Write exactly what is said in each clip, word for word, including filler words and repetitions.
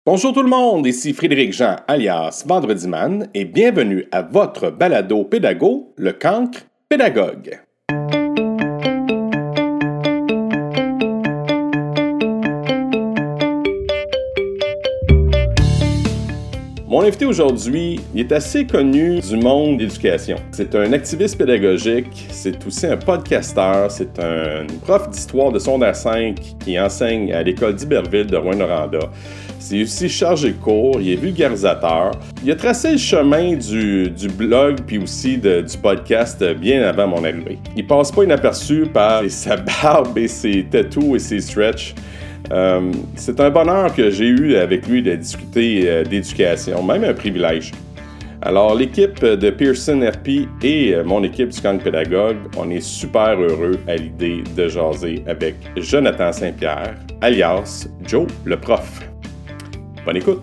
Bonjour tout le monde, ici Frédéric Jean alias Vendredi Man et bienvenue à votre balado pédago, le cancre pédagogue. Mon invité aujourd'hui, il est assez connu du monde de l'éducation. C'est un activiste pédagogique, c'est aussi un podcasteur, c'est un prof d'histoire de secondaire cinq qui enseigne à l'école d'Iberville de Rouyn-Noranda. C'est aussi chargé de cours, il est vulgarisateur. Il a tracé le chemin du, du blog puis aussi de, du podcast bien avant mon arrivée. Il passe pas inaperçu par sa barbe et ses tattoos et ses stretches. Euh, c'est un bonheur que j'ai eu avec lui de discuter euh, d'éducation, même un privilège. Alors, l'équipe de Pearson R P et euh, mon équipe du cancre pédagogue, on est super heureux à l'idée de jaser avec Jonathan Saint-Pierre, alias Joe le prof. Bonne écoute!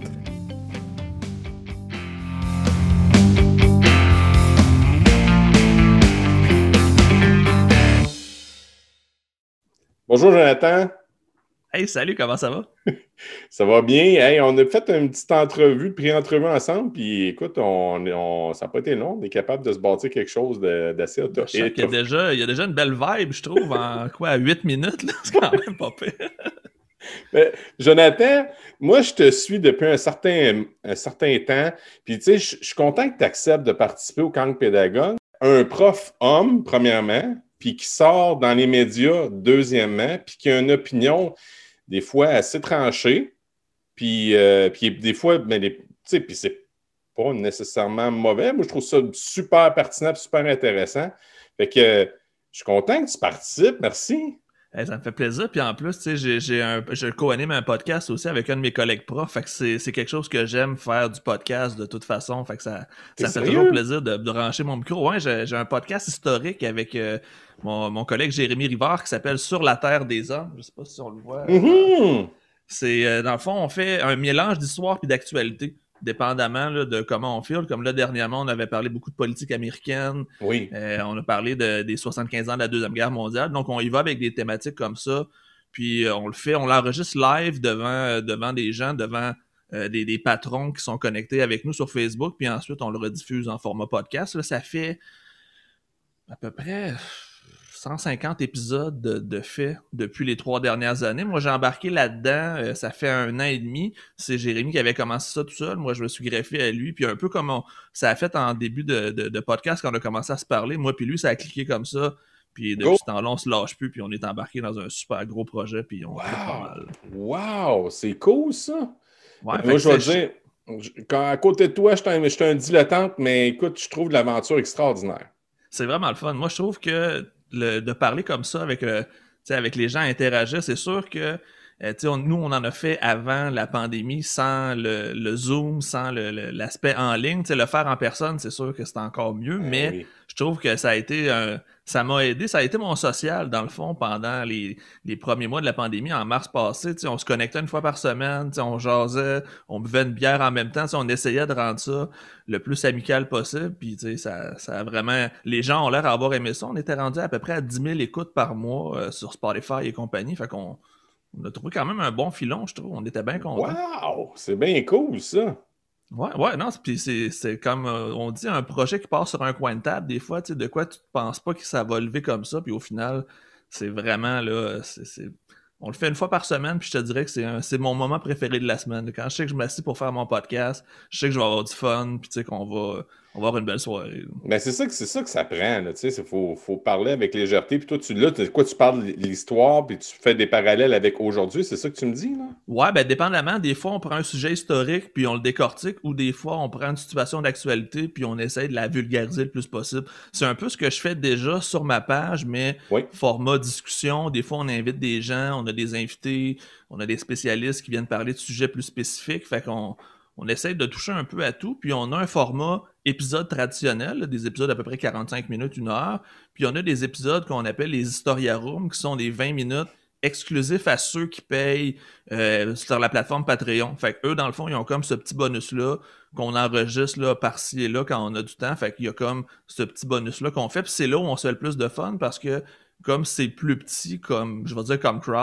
Bonjour Jonathan! Hey, salut, comment ça va? Ça va bien. Hey, on a fait une petite entrevue, une pré-entrevue ensemble, puis écoute, on, on, ça n'a pas été long. On est capable de se bâtir quelque chose de, d'assez autorisé. Il y a déjà, il y a déjà une belle vibe, je trouve, en quoi, à huit minutes, là? C'est quand même pas pire. Mais, Jonathan, moi, je te suis depuis un certain, un certain temps, puis tu sais, je, je suis content que tu acceptes de participer au cancre pédagogue. Un prof homme, premièrement, puis qui sort dans les médias, deuxièmement, puis qui a une opinion des fois assez tranché, puis, euh, puis des fois, ben, les, tu sais, puis c'est pas nécessairement mauvais. Moi, je trouve ça super pertinent, super intéressant. Fait que euh, je suis content que tu participes. Merci. Hey, ça me fait plaisir. Puis en plus, tu sais, j'ai, j'ai un, je co-anime un podcast aussi avec un de mes collègues profs. Fait que c'est, c'est quelque chose que j'aime faire du podcast de toute façon. Fait que ça, ça me fait toujours plaisir de, de brancher mon micro. Ouais, j'ai, j'ai un podcast historique avec euh, mon, mon collègue Jérémy Rivard qui s'appelle Sur la Terre des Hommes. Je sais pas si on le voit. Mm-hmm. C'est, euh, dans le fond, on fait un mélange d'histoire puis d'actualité, dépendamment là, de comment on file. Comme là, dernièrement, on avait parlé beaucoup de politique américaine. Oui. Euh, on a parlé de, des soixante-quinze ans de la Deuxième Guerre mondiale. Donc, on y va avec des thématiques comme ça. Puis, euh, on le fait, on l'enregistre live devant, euh, devant des gens, devant euh, des, des patrons qui sont connectés avec nous sur Facebook. Puis ensuite, on le rediffuse en format podcast. Là, ça fait à peu près cent cinquante épisodes de, de fait depuis les trois dernières années. Moi, j'ai embarqué là-dedans, euh, ça fait un an et demi. C'est Jérémy qui avait commencé ça tout seul. Moi, je me suis greffé à lui. Puis un peu comme on, ça a fait en début de, de, de podcast quand on a commencé à se parler. Moi puis lui, ça a cliqué comme ça. Puis depuis ce temps-là, on se lâche plus. Puis on est embarqué dans un super gros projet. Puis on wow. fait pas mal. Wow! C'est cool, ça! Ouais, moi, je vais te dire, quand, à côté de toi, je suis un, je suis un dilettante, mais écoute, je trouve l'aventure extraordinaire. C'est vraiment le fun. Moi, je trouve que le, de parler comme ça avec, euh, avec les gens, interagir, c'est sûr que euh, on, nous, on en a fait avant la pandémie sans le, le Zoom, sans le, le, l'aspect en ligne. T'sais, le faire en personne, c'est sûr que c'est encore mieux, euh, mais oui. Je trouve que ça a été un, ça m'a aidé. Ça a été mon social, dans le fond, pendant les, les premiers mois de la pandémie, en mars passé. On se connectait une fois par semaine, on jasait, on buvait une bière en même temps. On essayait de rendre ça le plus amical possible. Puis ça, ça a vraiment... Les gens ont l'air d'avoir aimé ça. On était rendu à peu près à dix mille écoutes par mois euh, sur Spotify et compagnie. Fait qu'on on a trouvé quand même un bon filon, je trouve. On était bien contents. Wow! C'est bien cool, ça! Ouais, ouais, non, puis c'est, c'est comme, euh, on dit, un projet qui part sur un coin de table, des fois, tu sais, de quoi tu ne penses pas que ça va lever comme ça, puis au final, c'est vraiment, là, c'est, c'est... on le fait une fois par semaine, puis je te dirais que c'est, un, c'est mon moment préféré de la semaine. Quand je sais que je m'assis pour faire mon podcast, je sais que je vais avoir du fun, puis tu sais qu'on va, on va avoir une belle soirée. Ben c'est ça que c'est ça que ça prend, tu sais, il faut, faut parler avec légèreté, puis toi, tu là, quoi, tu parles de l'histoire, puis tu fais des parallèles avec aujourd'hui, c'est ça que tu me dis, là? Ouais, ben dépendamment, des fois, on prend un sujet historique, puis on le décortique, ou des fois, on prend une situation d'actualité, puis on essaie de la vulgariser le plus possible. C'est un peu ce que je fais déjà sur ma page, mais oui. Format discussion, des fois, on invite des gens, on a des invités, on a des spécialistes qui viennent parler de sujets plus spécifiques, fait qu'on on essaie de toucher un peu à tout, puis on a un format épisode traditionnel, là, des épisodes à peu près quarante-cinq minutes, une heure, puis on a des épisodes qu'on appelle les Historia Room, qui sont des vingt minutes exclusifs à ceux qui payent euh, sur la plateforme Patreon. Fait qu'eux, dans le fond, ils ont comme ce petit bonus-là qu'on enregistre là, par-ci et là quand on a du temps. Fait qu'il y a comme ce petit bonus-là qu'on fait, puis c'est là où on se fait le plus de fun, parce que comme c'est plus petit, comme je vais dire comme crowd,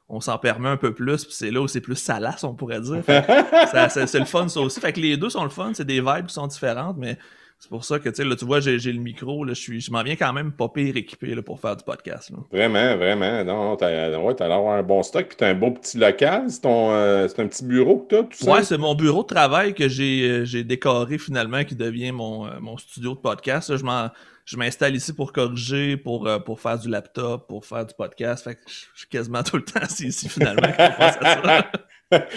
on s'en permet un peu plus, puis c'est là où c'est plus salace, on pourrait dire. Fait ça, ça, c'est le fun, ça aussi. Fait que les deux sont le fun, c'est des vibes qui sont différentes, mais c'est pour ça que, tu sais, là, tu vois, j'ai, j'ai le micro, là, je suis, je m'en viens quand même pas pire équipé là, pour faire du podcast. Là. Vraiment, vraiment. Non, non, t'as, ouais, t'as l'air d'avoir un bon stock, puis t'as un beau petit local. C'est ton, euh, c'est un petit bureau que t'as, tout ça? Ouais, c'est mon bureau de travail que j'ai, euh, j'ai décoré finalement, qui devient mon, euh, mon studio de podcast. Là, je, m'en, je m'installe ici pour corriger, pour, euh, pour faire du laptop, pour faire du podcast. Fait que je je suis quasiment tout le temps assis ici finalement quand on pense à ça.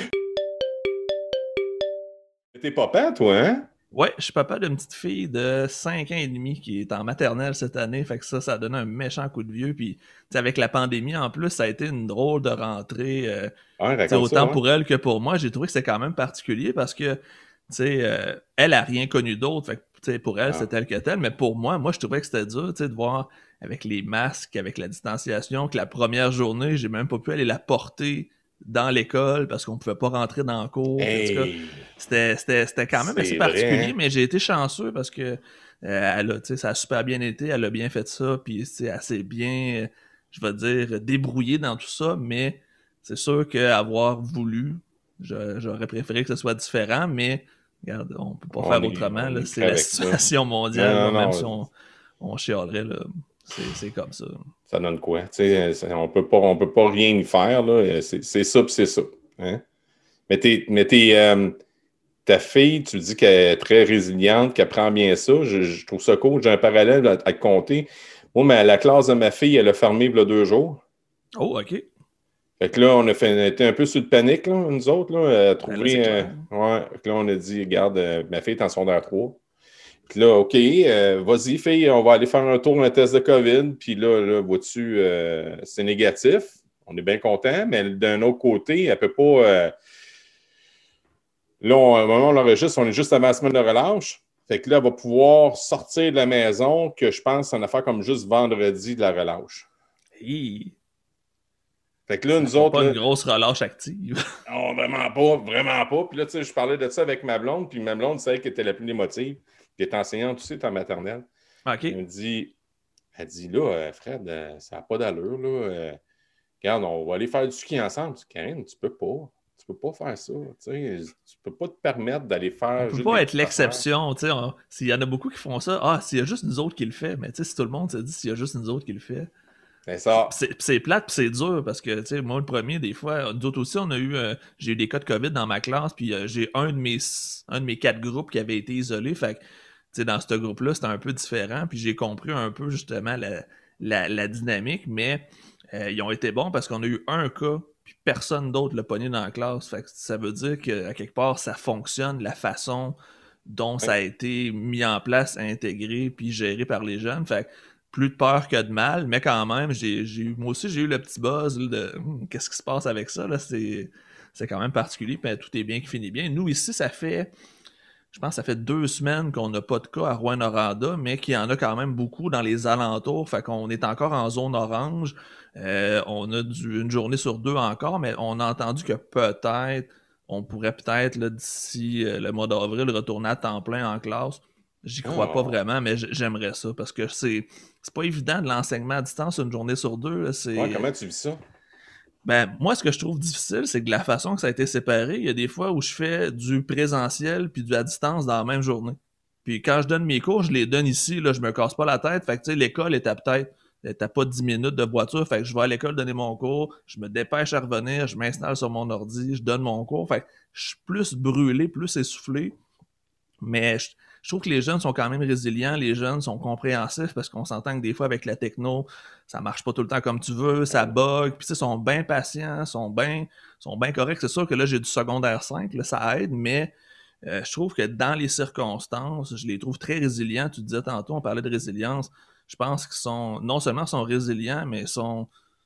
T'es papa, toi, hein? Ouais, je suis papa d'une petite fille de cinq ans et demi qui est en maternelle cette année, fait que ça, ça a donné un méchant coup de vieux, puis tu sais, avec la pandémie en plus, ça a été une drôle de rentrée, euh, Ouais, tu sais, raconte ça, autant ouais. pour elle que pour moi, j'ai trouvé que c'était quand même particulier parce que, tu sais, euh, elle a rien connu d'autre, fait que, tu sais, pour elle, Ah. c'est tel que tel, mais pour moi, moi, je trouvais que c'était dur, tu sais, de voir avec les masques, avec la distanciation, que la première journée, j'ai même pas pu aller la porter dans l'école parce qu'on pouvait pas rentrer dans le cours, puis en tout cas, Hey, c'était, c'était, c'était quand même assez c'est vrai, particulier, hein? mais j'ai été chanceux parce que euh, elle a, tu sais, ça a super bien été, elle a bien fait ça, puis c'est assez bien, euh, je vais dire, débrouillé dans tout ça, mais c'est sûr qu'avoir voulu, je- j'aurais préféré que ce soit différent, mais regarde, on peut pas On faire est, autrement, on là, est c'est prêt la avec ça. situation Non, mondiale, non, là, même non. si on, on chialerait, là, c'est, c'est comme ça. Ça donne quoi? Tu sais, c'est- on peut pas, on peut pas rien y faire, là. C'est, c'est ça, puis c'est ça. Hein? Mais, t'es, mais t'es, euh, ta fille, tu dis qu'elle est très résiliente, qu'elle prend bien ça. Je, je trouve ça cool. J'ai un parallèle à, à te compter. Moi, mais la classe de ma fille, elle a fermé il y a deux jours. Oh, ok. Fait que là, on a fait, on était un peu sur le panique, là, nous autres, là, à Ben là, c'est trouver. euh, clair. ouais. Fait que là, on a dit, regarde, euh, ma fille est en secondaire trois. Puis là, OK, euh, vas-y, fille, on va aller faire un tour, un test de COVID. Puis là, là vois-tu, euh, c'est négatif. On est bien content, mais d'un autre côté, elle peut pas. euh, Là, on, au moment où on l'enregistre, on est juste avant la semaine de relâche. Fait que là, elle va pouvoir sortir de la maison, que je pense que c'est une affaire comme juste vendredi de la relâche. Hi, Fait que là, ça nous fera autres, pas une là, grosse relâche active. non, vraiment pas, vraiment pas. Puis là, tu sais, je parlais de ça avec ma blonde, puis ma blonde, c'est elle qui était la plus émotive, qui est enseignante aussi, en maternelle. Elle ok. me dit, elle dit, là, euh, Fred, euh, ça n'a pas d'allure, là. Euh, regarde, on va aller faire du ski ensemble. Je dis, Karine, tu peux pas. Tu peux pas faire ça. Tu sais, tu peux pas te permettre d'aller On faire peut juste des pas être petites affaires. l'exception, tu sais. on- S'il y en a beaucoup qui font ça, ah, s'il y a juste nous autres qui le fait, mais tu sais, si tout le monde se dit s'il y a juste nous autres qui le fait, C'est pis ça. c'est pis c'est plate, pis c'est dur, parce que, tu sais, moi, le premier, des fois, nous autres aussi, on a eu, euh, j'ai eu des cas de COVID dans ma classe, puis euh, j'ai un de mes un de mes quatre groupes qui avait été isolé, fait que, tu sais, dans ce groupe-là, c'était un peu différent, puis j'ai compris un peu, justement, la, la, la dynamique, mais euh, ils ont été bons parce qu'on a eu un cas, puis personne d'autre l'a pogné dans la classe, fait que ça veut dire qu'à quelque part, ça fonctionne, la façon dont ça Ouais. a été mis en place, intégré, puis géré par les jeunes, fait que plus de peur que de mal, mais quand même, j'ai, j'ai eu, moi aussi, j'ai eu le petit buzz là, de Hum, qu'est-ce qui se passe avec ça, là, c'est, c'est quand même particulier, puis tout est bien qui finit bien. Nous, ici, ça fait, je pense, que ça fait deux semaines qu'on n'a pas de cas à Rouyn-Noranda, mais qu'il y en a quand même beaucoup dans les alentours, fait qu'on est encore en zone orange. Euh, on a du, une journée sur deux encore, mais on a entendu que peut-être, on pourrait peut-être, là, d'ici euh, le mois d'avril, retourner à temps plein en classe. J'y crois pas Oh. vraiment, mais j- j'aimerais ça parce que c'est c'est pas évident de l'enseignement à distance une journée sur deux. Là, Ouais, c'est comment tu vis ça? ben, moi, ce que je trouve difficile, c'est que de la façon que ça a été séparé, il y a des fois où je fais du présentiel puis du à distance dans la même journée. Puis quand je donne mes cours, je les donne ici, là, je me casse pas la tête. Fait que, tu sais, l'école est à peut-être, est à pas dix minutes de voiture. Fait que je vais à l'école donner mon cours, je me dépêche à revenir, je m'installe sur mon ordi, je donne mon cours. Fait que je suis plus brûlé, plus essoufflé. Mais je, je trouve que les jeunes sont quand même résilients, les jeunes sont compréhensifs parce qu'on s'entend que des fois avec la techno, ça marche pas tout le temps comme tu veux, ça Oh. bug, puis ils sont bien patients, sont bien sont bien corrects. C'est sûr que là, j'ai du secondaire cinq, là, ça aide, mais euh, je trouve que dans les circonstances, je les trouve très résilients. Tu disais tantôt, on parlait de résilience. Je pense qu'ils sont, non seulement sont résilients, mais sont,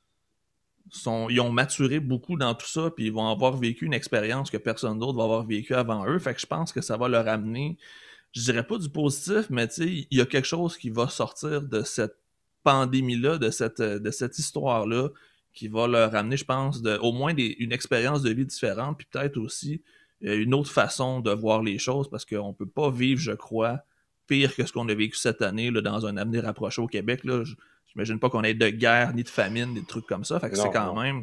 sont, ils ont maturé beaucoup dans tout ça, puis ils vont avoir vécu une expérience que personne d'autre va avoir vécu avant eux. Fait que je pense que ça va leur amener, je dirais pas du positif, mais tu sais, il y a quelque chose qui va sortir de cette pandémie-là, de cette, de cette histoire-là, qui va leur amener, je pense, de, au moins des, une expérience de vie différente, puis peut-être aussi euh, une autre façon de voir les choses, parce qu'on peut pas vivre, je crois, pire que ce qu'on a vécu cette année là, dans un avenir rapproché au Québec. Là. J'imagine pas qu'on ait de guerre, ni de famine, des trucs comme ça. Fait que c'est Non, quand non. même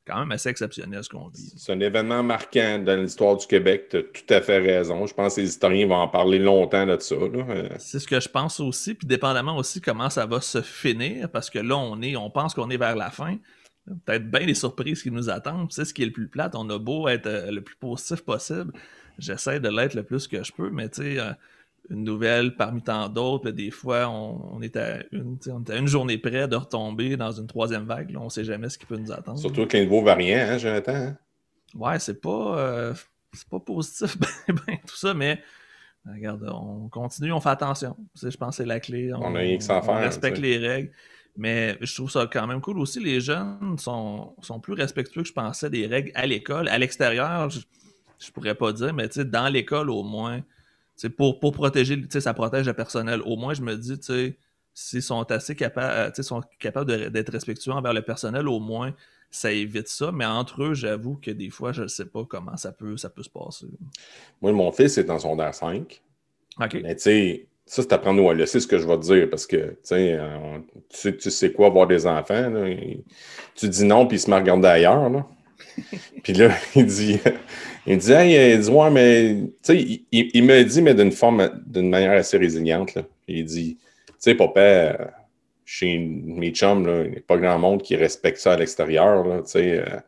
quand même assez exceptionnel ce qu'on vit. C'est un événement marquant dans l'histoire du Québec. Tu as tout à fait raison. Je pense que les historiens vont en parler longtemps de ça. Là. C'est ce que je pense aussi, puis dépendamment aussi comment ça va se finir, parce que là, on est, on pense qu'on est vers la fin. Peut-être bien des surprises qui nous attendent. C'est ce qui est le plus plate. On a beau être euh, le plus positif possible. J'essaie de l'être le plus que je peux, mais tu sais, euh, une nouvelle parmi tant d'autres, là, des fois, on, on, est à une, on est à une journée près de retomber dans une troisième vague. Là, on sait jamais ce qui peut nous attendre. Surtout avec les nouveaux variants, hein, Jonathan? Hein? Ouais, c'est pas, euh, c'est pas positif, ben, ben, tout ça, mais regarde, on continue, on fait attention. Je pense que c'est la clé. On, on a rien que ça à on faire. respecte les règles. Mais je trouve ça quand même cool aussi. Les jeunes sont, sont plus respectueux que je pensais des règles à l'école. À l'extérieur, je, je pourrais pas dire, mais dans l'école au moins, pour, pour protéger, ça protège le personnel. Au moins, je me dis, s'ils sont assez capables, sont capables de, d'être respectueux envers le personnel, au moins, ça évite ça. Mais entre eux, j'avoue que des fois, je ne sais pas comment ça peut, ça peut se passer. Moi, mon fils est en secondaire cinq. OK. Mais tu sais, ça, c'est apprendre au L E C, ce que je vais te dire, parce que, tu sais, tu sais, tu sais quoi avoir des enfants, là, et tu dis non, puis il se met à regarder ailleurs, là. Puis là, il dit, il dit, hey, il dit, ouais, mais, tu sais, il, il, il me dit, mais d'une forme, d'une manière assez résiliente, là. Il dit, tu sais, papa, chez mes chums, là, il n'y a pas grand monde qui respecte ça à l'extérieur, là, tu sais. Euh,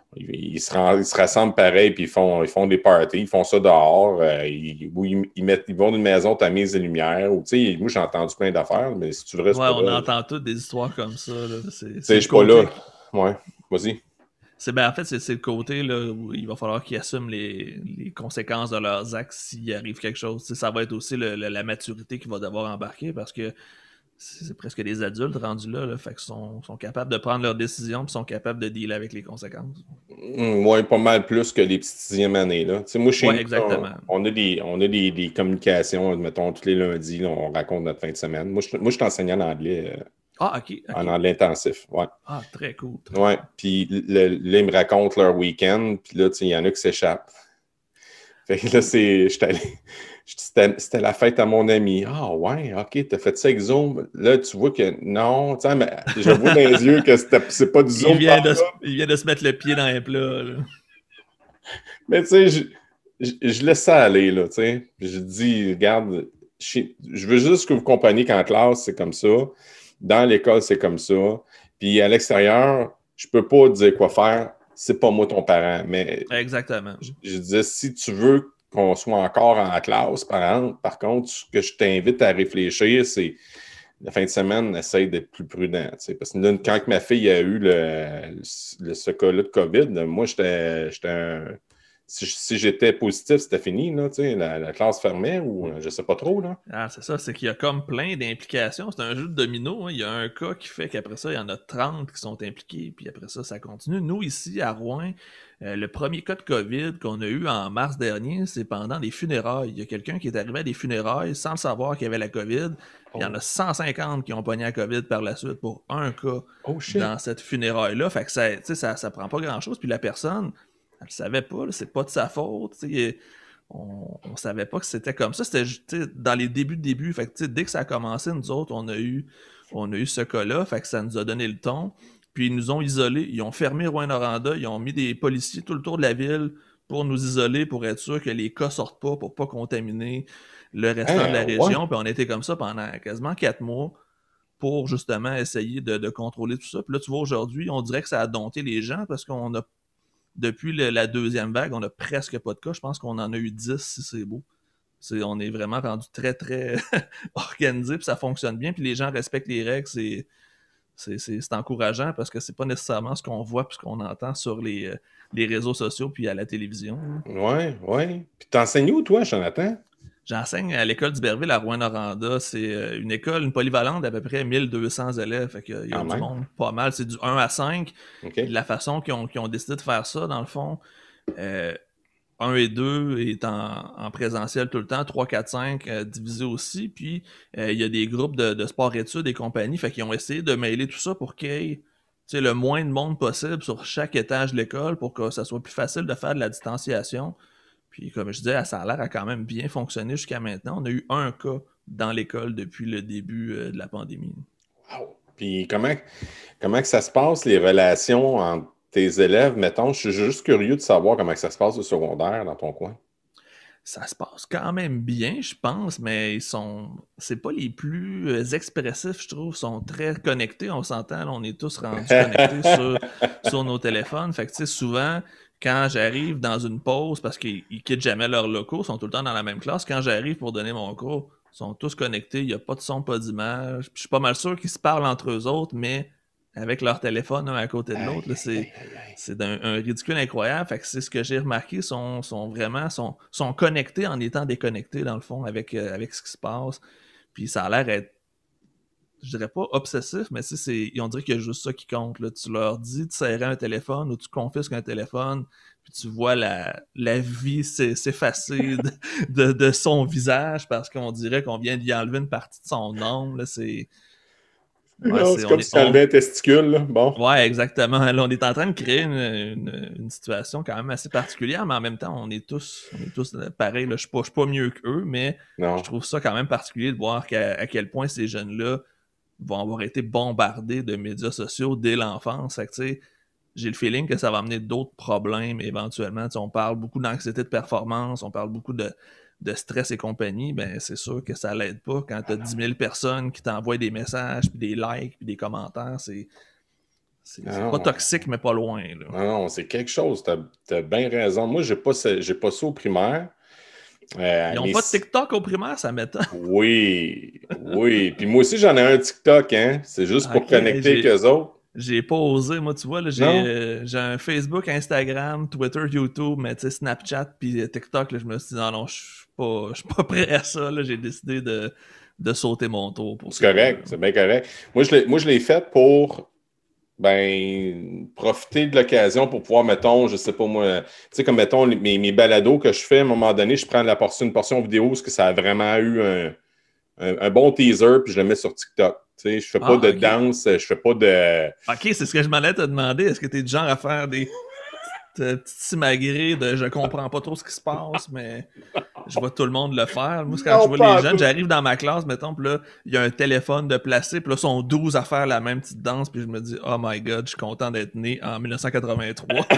Ils se, rend, ils se rassemblent pareil, puis ils font, ils font des parties, ils font ça dehors. Euh, ils, ils, ils, mettent, ils vont d'une maison tamise et lumière. Ou, moi, j'ai entendu plein d'affaires, mais si tu veux, ouais, on là, entend toutes des histoires comme ça. C'est, c'est je suis pas là. Ouais, vas-y. C'est, ben, en fait, c'est, c'est le côté là, où il va falloir qu'ils assument les, les conséquences de leurs actes s'il arrive quelque chose. T'sais, ça va être aussi le, le, la maturité qui va devoir embarquer parce que c'est presque des adultes rendus là, là fait qu'ils sont, sont capables de prendre leurs décisions et sont capables de dealer avec les conséquences. Mmh, oui, pas mal plus que les petites sixième années. Là. Moi, chez ouais, nous, exactement. On, on a, des, on a des, des communications, mettons, tous les lundis, là, on raconte notre fin de semaine. Moi, je, moi, je suis enseignant en anglais. Euh, ah, OK. okay. En anglais intensif, ouais. Ah, très cool. Très ouais, cool. Puis là, ils me racontent leur week-end, puis là, il y en a qui s'échappent. Fait que là, c'est. J'étais allé. C'était, c'était la fête à mon ami. Ah ouais, ok, t'as fait ça avec Zoom. Là, tu vois que non, tu sais, mais je vois dans les yeux que c'était, c'est pas du Zoom. Il vient, de, il vient de se mettre le pied dans un plat. Là. Mais tu sais, je, je, je laisse ça aller, là, tu sais. Je dis, regarde, je, je veux juste que vous compreniez qu'en classe, c'est comme ça. Dans l'école, c'est comme ça. Puis à l'extérieur, je peux pas te dire quoi faire. C'est pas moi ton parent. Mais exactement. Je, je disais, si tu veux qu'on soit encore en classe, par exemple, par contre, ce que je t'invite à réfléchir, c'est la fin de semaine, essaye d'être plus prudent. T'sais. Parce que là, quand ma fille a eu le, le, ce cas-là de COVID, moi, j'étais, j'étais un, si, si j'étais positif, c'était fini, là, la, la classe fermait ou je sais pas trop. Là. Ah, c'est ça, c'est qu'il y a comme plein d'implications. C'est un jeu de domino. Hein. Il y a un cas qui fait qu'après ça, il y en a trente qui sont impliqués, puis après ça, ça continue. Nous, ici, à Rouen, euh, le premier cas de COVID qu'on a eu en mars dernier, c'est pendant des funérailles. Il y a quelqu'un qui est arrivé à des funérailles sans le savoir qu'il y avait la COVID. Oh. Il y en a cent cinquante qui ont pogné la COVID par la suite pour un cas oh, dans cette funéraille-là. Fait que ça, ça, ça prend pas grand-chose. Puis la personne, elle le savait pas, là, c'est pas de sa faute. T'sais. On, on savait pas que c'était comme ça. C'était dans les débuts de début. Fait que, dès que ça a commencé, nous autres, on a eu, on a eu ce cas-là. Fait que ça nous a donné le ton. Puis ils nous ont isolés. Ils ont fermé Rouyn-Noranda. Ils ont mis des policiers tout le tour de la ville pour nous isoler, pour être sûr que les cas sortent pas, pour pas contaminer le restant hey, de la région. Ouais. Puis on était comme ça pendant quasiment quatre mois pour justement essayer de, de contrôler tout ça. Puis là, tu vois, aujourd'hui, on dirait que ça a dompté les gens parce qu'on a depuis le, la deuxième vague, on n'a presque pas de cas. Je pense qu'on en a eu dix si c'est beau. C'est, on est vraiment rendu très, très organisé, puis ça fonctionne bien, puis les gens respectent les règles. C'est, c'est, c'est, c'est encourageant parce que c'est pas nécessairement ce qu'on voit puis ce qu'on entend sur les, les réseaux sociaux puis à la télévision. Oui, oui. Puis t'enseignes où, toi, Jonathan? J'enseigne à l'école d'Iberville à Rouyn-Noranda. C'est une école, une polyvalente d'à peu près mille deux cents élèves. Fait qu'il y a ah, du même. monde pas mal. C'est du un à cinq. Okay. La façon qu'ils ont, qu'ils ont décidé de faire ça, dans le fond, euh, un et deux est en, en présentiel tout le temps. trois, quatre, cinq euh, divisé aussi. Puis euh, il y a des groupes de, de sport-études et compagnie. Fait qu'ils ont essayé de mêler tout ça pour qu'il y ait le moins de monde possible sur chaque étage de l'école pour que ça soit plus facile de faire de la distanciation. Puis comme je disais, ça a l'air à quand même bien fonctionner jusqu'à maintenant. On a eu un cas dans l'école depuis le début de la pandémie. Wow! Puis comment, comment que ça se passe, les relations entre tes élèves, mettons, je suis juste curieux de savoir comment ça se passe au secondaire dans ton coin. Ça se passe quand même bien, je pense, mais ils sont. C'est pas les plus euh, expressifs, je trouve. Ils sont très connectés, on s'entend. Là, on est tous rendus connectés sur, sur nos téléphones. Fait que, tu sais, souvent, quand j'arrive dans une pause, parce qu'ils ils quittent jamais leurs locaux, ils sont tout le temps dans la même classe, quand j'arrive pour donner mon cours, ils sont tous connectés, il n'y a pas de son, pas d'image. Puis Je suis pas mal sûr qu'ils se parlent entre eux autres, mais avec leur téléphone un à côté de Aïe, l'autre, là, aïe, c'est aïe, aïe, aïe. c'est d'un un ridicule incroyable. Fait que c'est ce que j'ai remarqué, sont, sont vraiment sont, sont connectés en étant déconnectés, dans le fond, avec, euh, avec ce qui se passe. Puis ça a l'air être, je dirais pas obsessif, mais tu sais, c'est, on dirait qu'il y a juste ça qui compte. Là. Tu leur dis de serrer un téléphone ou tu confisques un téléphone, puis tu vois la, la vie s'e- s'effacer de, de, de son visage parce qu'on dirait qu'on vient d'y enlever une partie de son âme. Là. C'est, ouais, Non, c'est, c'est on comme est, si tu on, enlevais un testicule, là. Bon. Ouais, exactement. Là, on est en train de créer une, une- une situation quand même assez particulière, mais en même temps, on est tous, on est tous euh, pareils. Là. Je suis pas, je suis pas mieux qu'eux, mais je Non. trouve ça quand même particulier de voir qu'à, à quel point ces jeunes-là vont avoir été bombardés de médias sociaux dès l'enfance. Fait que, tu sais, j'ai le feeling que ça va amener d'autres problèmes éventuellement. Tu sais, on parle beaucoup d'anxiété de performance, on parle beaucoup de, de stress et compagnie. Ben, c'est sûr que ça l'aide pas quand tu as dix mille personnes qui t'envoient des messages, puis des likes, puis des commentaires. C'est c'est c'est pas Non, toxique, mais pas loin, là. non, non, c'est quelque chose. T'as, t'as bien raison. Moi, j'ai pas, ce- j'ai pas ça au primaire. Euh, Ils ont mais pas de si- TikTok au primaire, ça m'étonne. oui, oui. Puis moi aussi, j'en ai un TikTok, hein. C'est juste pour Ok, hey, connecter avec j'ai eux autres. j'ai pas osé, moi, tu vois, là, j'ai Non? euh, j'ai un Facebook, Instagram, Twitter, YouTube, mais tu sais, Snapchat, puis euh, TikTok, là, je me suis dit, non, non, je suis pas, je suis pas prêt à ça, là, j'ai décidé de, de sauter mon tour pour C'est ces deux-là. correct, c'est bien correct. Moi, je l'ai, moi, je l'ai fait pour ben, profiter de l'occasion pour pouvoir, mettons, je sais pas moi, tu sais, comme mettons, les- mes, mes balados que je fais, à un moment donné, je prends la portion, une portion vidéo parce que ça a vraiment eu un, un- un bon teaser, puis je le mets sur TikTok. Tu sais, je fais pas Ah, de ok. danse, je fais pas de. Ok, c'est ce que je m'allais te demander. Est-ce que t'es du genre à faire des petites petites simagrées de je comprends pas trop ce qui se passe, mais je vois tout le monde le faire. Moi, c'est quand je Non, vois les pas en jeunes, tout. j'arrive dans ma classe, mettons, puis là, il y a un téléphone de placé, puis là, ils sont douze à faire la même petite danse, puis je me dis, oh my god, je suis content d'être né en mille neuf cent quatre-vingt-trois.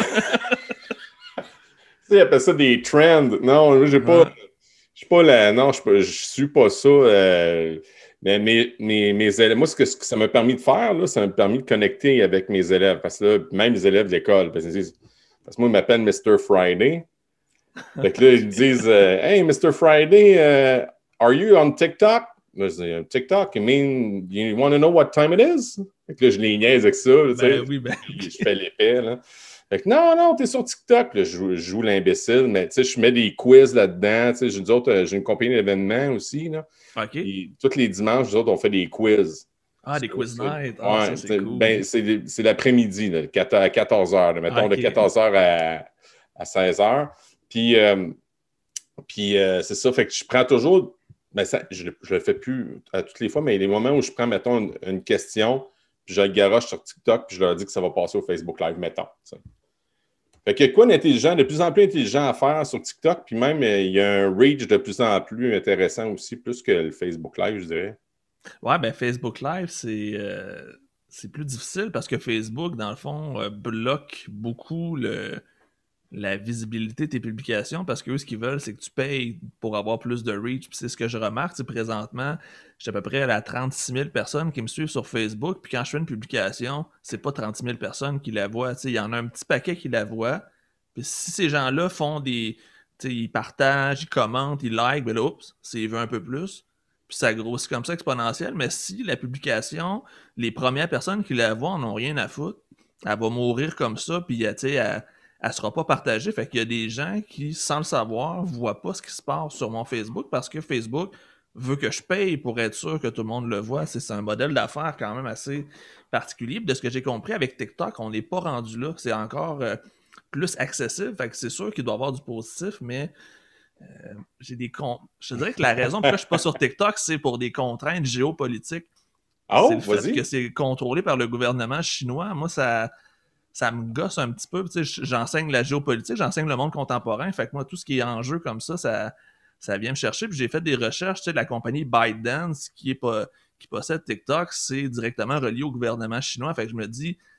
Tu sais, ils appellent ça des trends. Non, moi, j'ai pas. Ouais. Je suis pas là. Non, je, je suis pas ça. euh, mais mes, mes, mes élèves, moi, ce que, ce que ça m'a permis de faire, là, ça m'a permis de connecter avec mes élèves. Parce que là, même les élèves de l'école, parce, qu'ils disent- parce que moi, ils m'appellent mister Friday. Fait que là, ils me disent euh, Hey, mister Friday, uh, are you on TikTok? Là, je dis TikTok, you mean you want to know what time it is? Fait que là, je les niaise avec ça, tu sais. Ben oui, ben Puis je oui. fais l'épée, là. Fait que non, non, t'es sur TikTok. Là, je, joue, je joue l'imbécile, mais tu sais, je mets des quiz là-dedans. Tu sais, j'ai, nous autres, euh, j'ai une compagnie d'événements aussi, là. OK. Puis tous les dimanches, nous autres, on fait des quiz. Ah, des Sur- quiz sur- night. Ah, ça, ouais, c'est c'est, cool. ben, c'est, c'est l'après-midi, là, à quatorze heures, là, mettons, de OK. quatorze heures à, à seize heures. Puis, euh, puis euh, c'est ça, fait que je prends toujours, ben ça, je ne le fais plus à toutes les fois, mais il y a des moments où je prends, mettons, une, une question, puis je le garoche sur TikTok, puis je leur dis que ça va passer au Facebook Live, mettons. Ça. Fait qu'il y a quoi d'intelligent, de plus en plus intelligent à faire sur TikTok, puis même euh, il y a un reach de plus en plus intéressant aussi, plus que le Facebook Live, je dirais. Ouais, ben Facebook Live, c'est euh, c'est plus difficile parce que Facebook, dans le fond, euh, bloque beaucoup le, la visibilité de tes publications parce qu'eux, ce qu'ils veulent, c'est que tu payes pour avoir plus de reach. Puis c'est ce que je remarque, c'est présentement, j'ai à peu près à trente-six mille personnes qui me suivent sur Facebook. Puis quand je fais une publication, c'est pas trente-six mille personnes qui la voient. Tu sais, il y en a un petit paquet qui la voient. Puis si ces gens-là font des. Tu sais, ils partagent, ils commentent, ils like, ben là, oups, c'est veut un peu plus. Puis ça grossit comme ça exponentiel. Mais si la publication, les premières personnes qui la voient n'ont rien à foutre, elle va mourir comme ça. Puis, tu sais, elle elle sera pas partagée. Fait qu'il y a des gens qui, sans le savoir, voient pas ce qui se passe sur mon Facebook parce que Facebook veut que je paye pour être sûr que tout le monde le voit. C'est, c'est un modèle d'affaires quand même assez particulier. Puis de ce que j'ai compris avec TikTok, on n'est pas rendu là. C'est encore euh, plus accessible. Fait que c'est sûr qu'il doit y avoir du positif, mais euh, j'ai des con... Je te dirais que la raison pourquoi je suis pas sur TikTok, c'est pour des contraintes géopolitiques. C'est Oh, le fait que vas-y. c'est contrôlé par le gouvernement chinois. Moi, ça ça me gosse un petit peu. Tu sais, j'enseigne la géopolitique, j'enseigne le monde contemporain. Fait que moi, tout ce qui est en jeu comme ça, ça, ça vient me chercher. Puis j'ai fait des recherches. Tu sais, la compagnie ByteDance, qui, est pas, qui possède TikTok, c'est directement relié au gouvernement chinois. Fait que je me dis,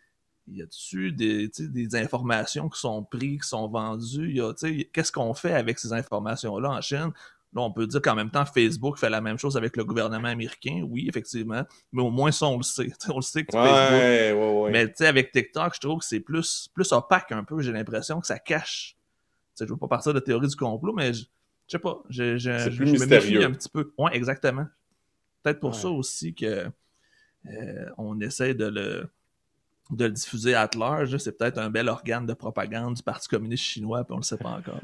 y a-tu des, des informations qui sont prises, qui sont vendues? Y a, qu'est-ce qu'on fait avec ces informations-là en Chine? Là, on peut dire qu'en même temps, Facebook fait la même chose avec le gouvernement américain. Oui, effectivement. Mais au moins, ça, on le sait. T'sais, on le sait que Ouais, Facebook... ouais, ouais. Mais avec TikTok, je trouve que c'est plus, plus opaque un peu. J'ai l'impression que ça cache. T'sais, je veux pas partir de théorie du complot, mais je, je sais pas. Je, je, c'est je, plus je me mystérieux. méfie un petit peu. Ouais, exactement. Peut-être pour ouais. ça aussi que euh, on essaie de le, de le diffuser à large. C'est peut-être un bel organe de propagande du Parti communiste chinois, puis on le sait pas encore.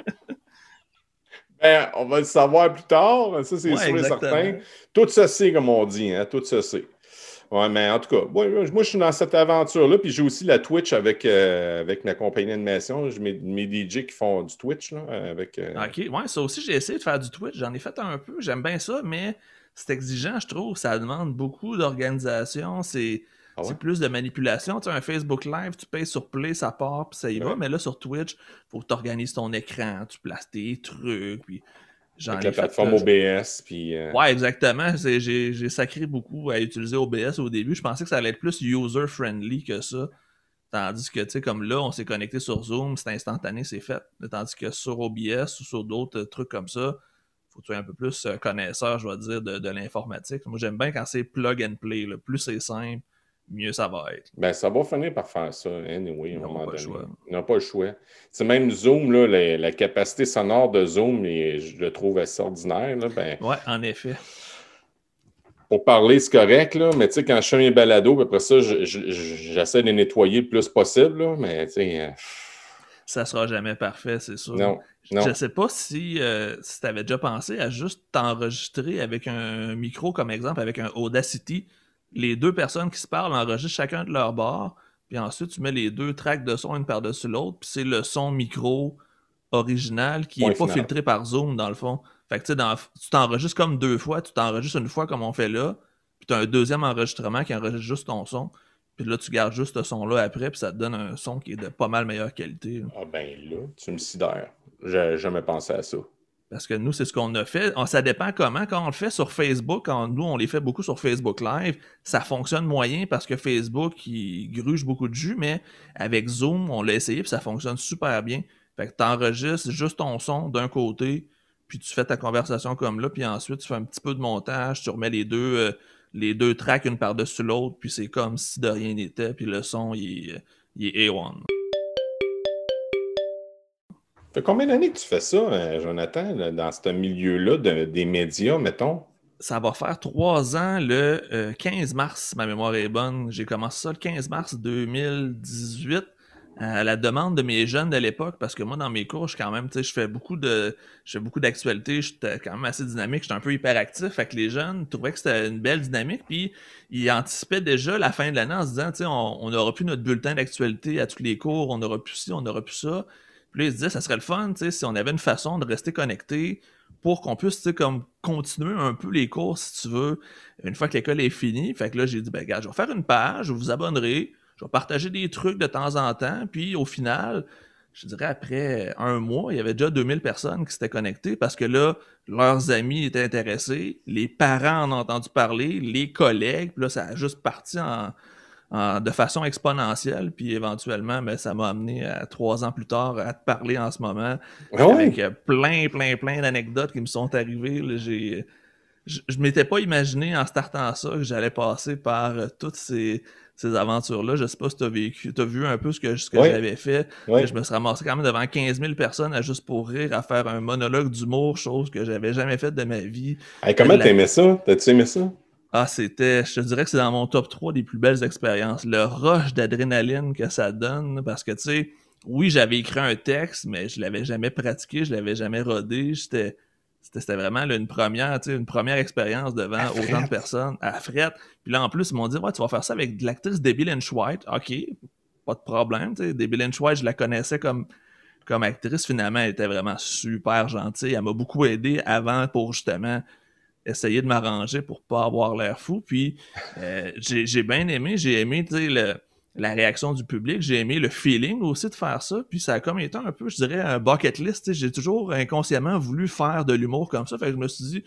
Ben, on va le savoir plus tard, ça c'est ouais, sûr exactement. et certain. Tout ça c'est, comme on dit, hein, tout ça c'est. Ouais, mais en tout cas, moi, moi je suis dans cette aventure-là, puis j'ai aussi la Twitch avec, euh, avec ma compagnie d'animation. J'ai mes, mes D J qui font du Twitch, là, avec... Euh... Ok, ouais, ça aussi, j'ai essayé de faire du Twitch, j'en ai fait un peu, j'aime bien ça, mais c'est exigeant, je trouve, ça demande beaucoup d'organisation, c'est... Ah ouais? C'est plus de manipulation. Tu sais, un Facebook Live, tu payes sur Play, ça part, puis ça y ouais. va. Mais là, sur Twitch, faut que tu organises ton écran, tu places tes trucs, puis j'en Avec ai la fait, plateforme O B S, puis... Euh... Ouais, exactement. C'est, j'ai, j'ai sacré beaucoup à utiliser O B S au début. Je pensais que ça allait être plus user-friendly que ça. Tandis que, tu sais, comme là, on s'est connecté sur Zoom, c'est instantané, c'est fait. Tandis que sur O B S ou sur d'autres trucs comme ça, faut que tu sois un peu plus connaisseur, je vais dire, de, de l'informatique. Moi, j'aime bien quand c'est plug and play. Là. Plus c'est simple, mieux ça va être. Ben, ça va finir par faire ça, anyway, à un moment donné. Choix. Ils n'ont pas le choix. C'est même Zoom, là, la, la capacité sonore de Zoom, et je le trouve assez ordinaire. Là, ben, ouais, en effet. Pour parler, c'est correct, là, mais tu sais, quand je fais mes balados, après ça, je, je, j'essaie de les nettoyer le plus possible, là, mais tu sais... Euh... Ça sera jamais parfait, c'est sûr. Non, non. Je sais pas si, euh, si tu avais déjà pensé à juste t'enregistrer avec un micro, comme exemple, avec un Audacity. Les deux personnes qui se parlent enregistrent chacun de leur bord, puis ensuite, tu mets les deux tracks de son une par-dessus l'autre, puis c'est le son micro original qui n'est pas final. Filtré par Zoom, dans le fond. Fait que tu sais, tu t'enregistres comme deux fois, tu t'enregistres une fois comme on fait là, puis tu as un deuxième enregistrement qui enregistre juste ton son, puis là, tu gardes juste ce son-là après, puis ça te donne un son qui est de pas mal meilleure qualité. Là. Ah ben là, tu me sidères. J'ai jamais pensé à ça. Parce que nous, c'est ce qu'on a fait. On, ça dépend comment. Quand on le fait sur Facebook, quand nous, on les fait beaucoup sur Facebook Live, ça fonctionne moyen parce que Facebook, il gruge beaucoup de jus, mais avec Zoom, on l'a essayé, puis ça fonctionne super bien. Fait que tu enregistres juste ton son d'un côté, puis tu fais ta conversation comme là, puis ensuite, tu fais un petit peu de montage, tu remets les deux, euh, les deux tracks une par-dessus l'autre, puis c'est comme si de rien n'était, puis le son, il est, il est A un. Ça fait combien d'années que tu fais ça, Jonathan, là, dans ce milieu-là de, des médias, mettons? Ça va faire trois ans le euh, quinze mars, si ma mémoire est bonne. J'ai commencé ça le quinze mars deux mille dix-huit. À la demande de mes jeunes de l'époque, parce que moi, dans mes cours, je quand même, tu sais, je fais beaucoup de, je fais beaucoup d'actualités, j'étais quand même assez dynamique, j'étais un peu hyperactif, fait que les jeunes trouvaient que c'était une belle dynamique, puis ils anticipaient déjà la fin de l'année en se disant, tu sais, on, on aura plus notre bulletin d'actualité à tous les cours, on aura plus ci, on aura plus ça. Puis là, ils se disaient, ça serait le fun, tu sais, si on avait une façon de rester connecté pour qu'on puisse, tu sais, comme continuer un peu les cours, si tu veux, une fois que l'école est finie. Fait que là, j'ai dit, ben, regarde, je vais faire une page, je vous abonnerai. Je vais partager des trucs de temps en temps, puis au final, je dirais après un mois, il y avait déjà deux mille personnes qui s'étaient connectées parce que là, leurs amis étaient intéressés, les parents en ont entendu parler, les collègues, puis là, ça a juste parti en, en, de façon exponentielle, puis éventuellement, ben, ça m'a amené à trois ans plus tard à te parler en ce moment, ah ouais? Avec plein, plein, plein d'anecdotes qui me sont arrivées. Là, j'ai... Je, je m'étais pas imaginé en startant ça que j'allais passer par euh, toutes ces, ces aventures-là. Je sais pas si tu as vécu, tu as vu un peu ce que, ce que oui. j'avais fait. Oui. Je me suis ramassé quand même devant quinze mille personnes à juste pour rire, à faire un monologue d'humour, chose que j'avais jamais faite de ma vie. Hey, comment la... t'aimais ça? T'as-tu aimé ça? Ah, c'était, je te dirais que c'est dans mon top trois des plus belles expériences. Le rush d'adrénaline que ça donne, parce que tu sais, oui, j'avais écrit un texte, mais je l'avais jamais pratiqué, je l'avais jamais rodé. J'étais C'était, c'était vraiment là, une première, tu sais, une première expérience devant à autant frette. de personnes à Fret. Puis là, en plus, ils m'ont dit, ouais, tu vas faire ça avec de l'actrice Debbie Lynch White. OK, pas de problème. Tu sais, Debbie Lynch White, je la connaissais comme, comme actrice. Finalement, elle était vraiment super gentille. Elle m'a beaucoup aidé avant pour justement essayer de m'arranger pour pas avoir l'air fou. Puis euh, j'ai, j'ai bien aimé. J'ai aimé, tu sais, le. la réaction du public, j'ai aimé le feeling aussi de faire ça, puis ça a comme été un peu, je dirais, un bucket list, j'ai toujours inconsciemment voulu faire de l'humour comme ça, fait que je me suis dit,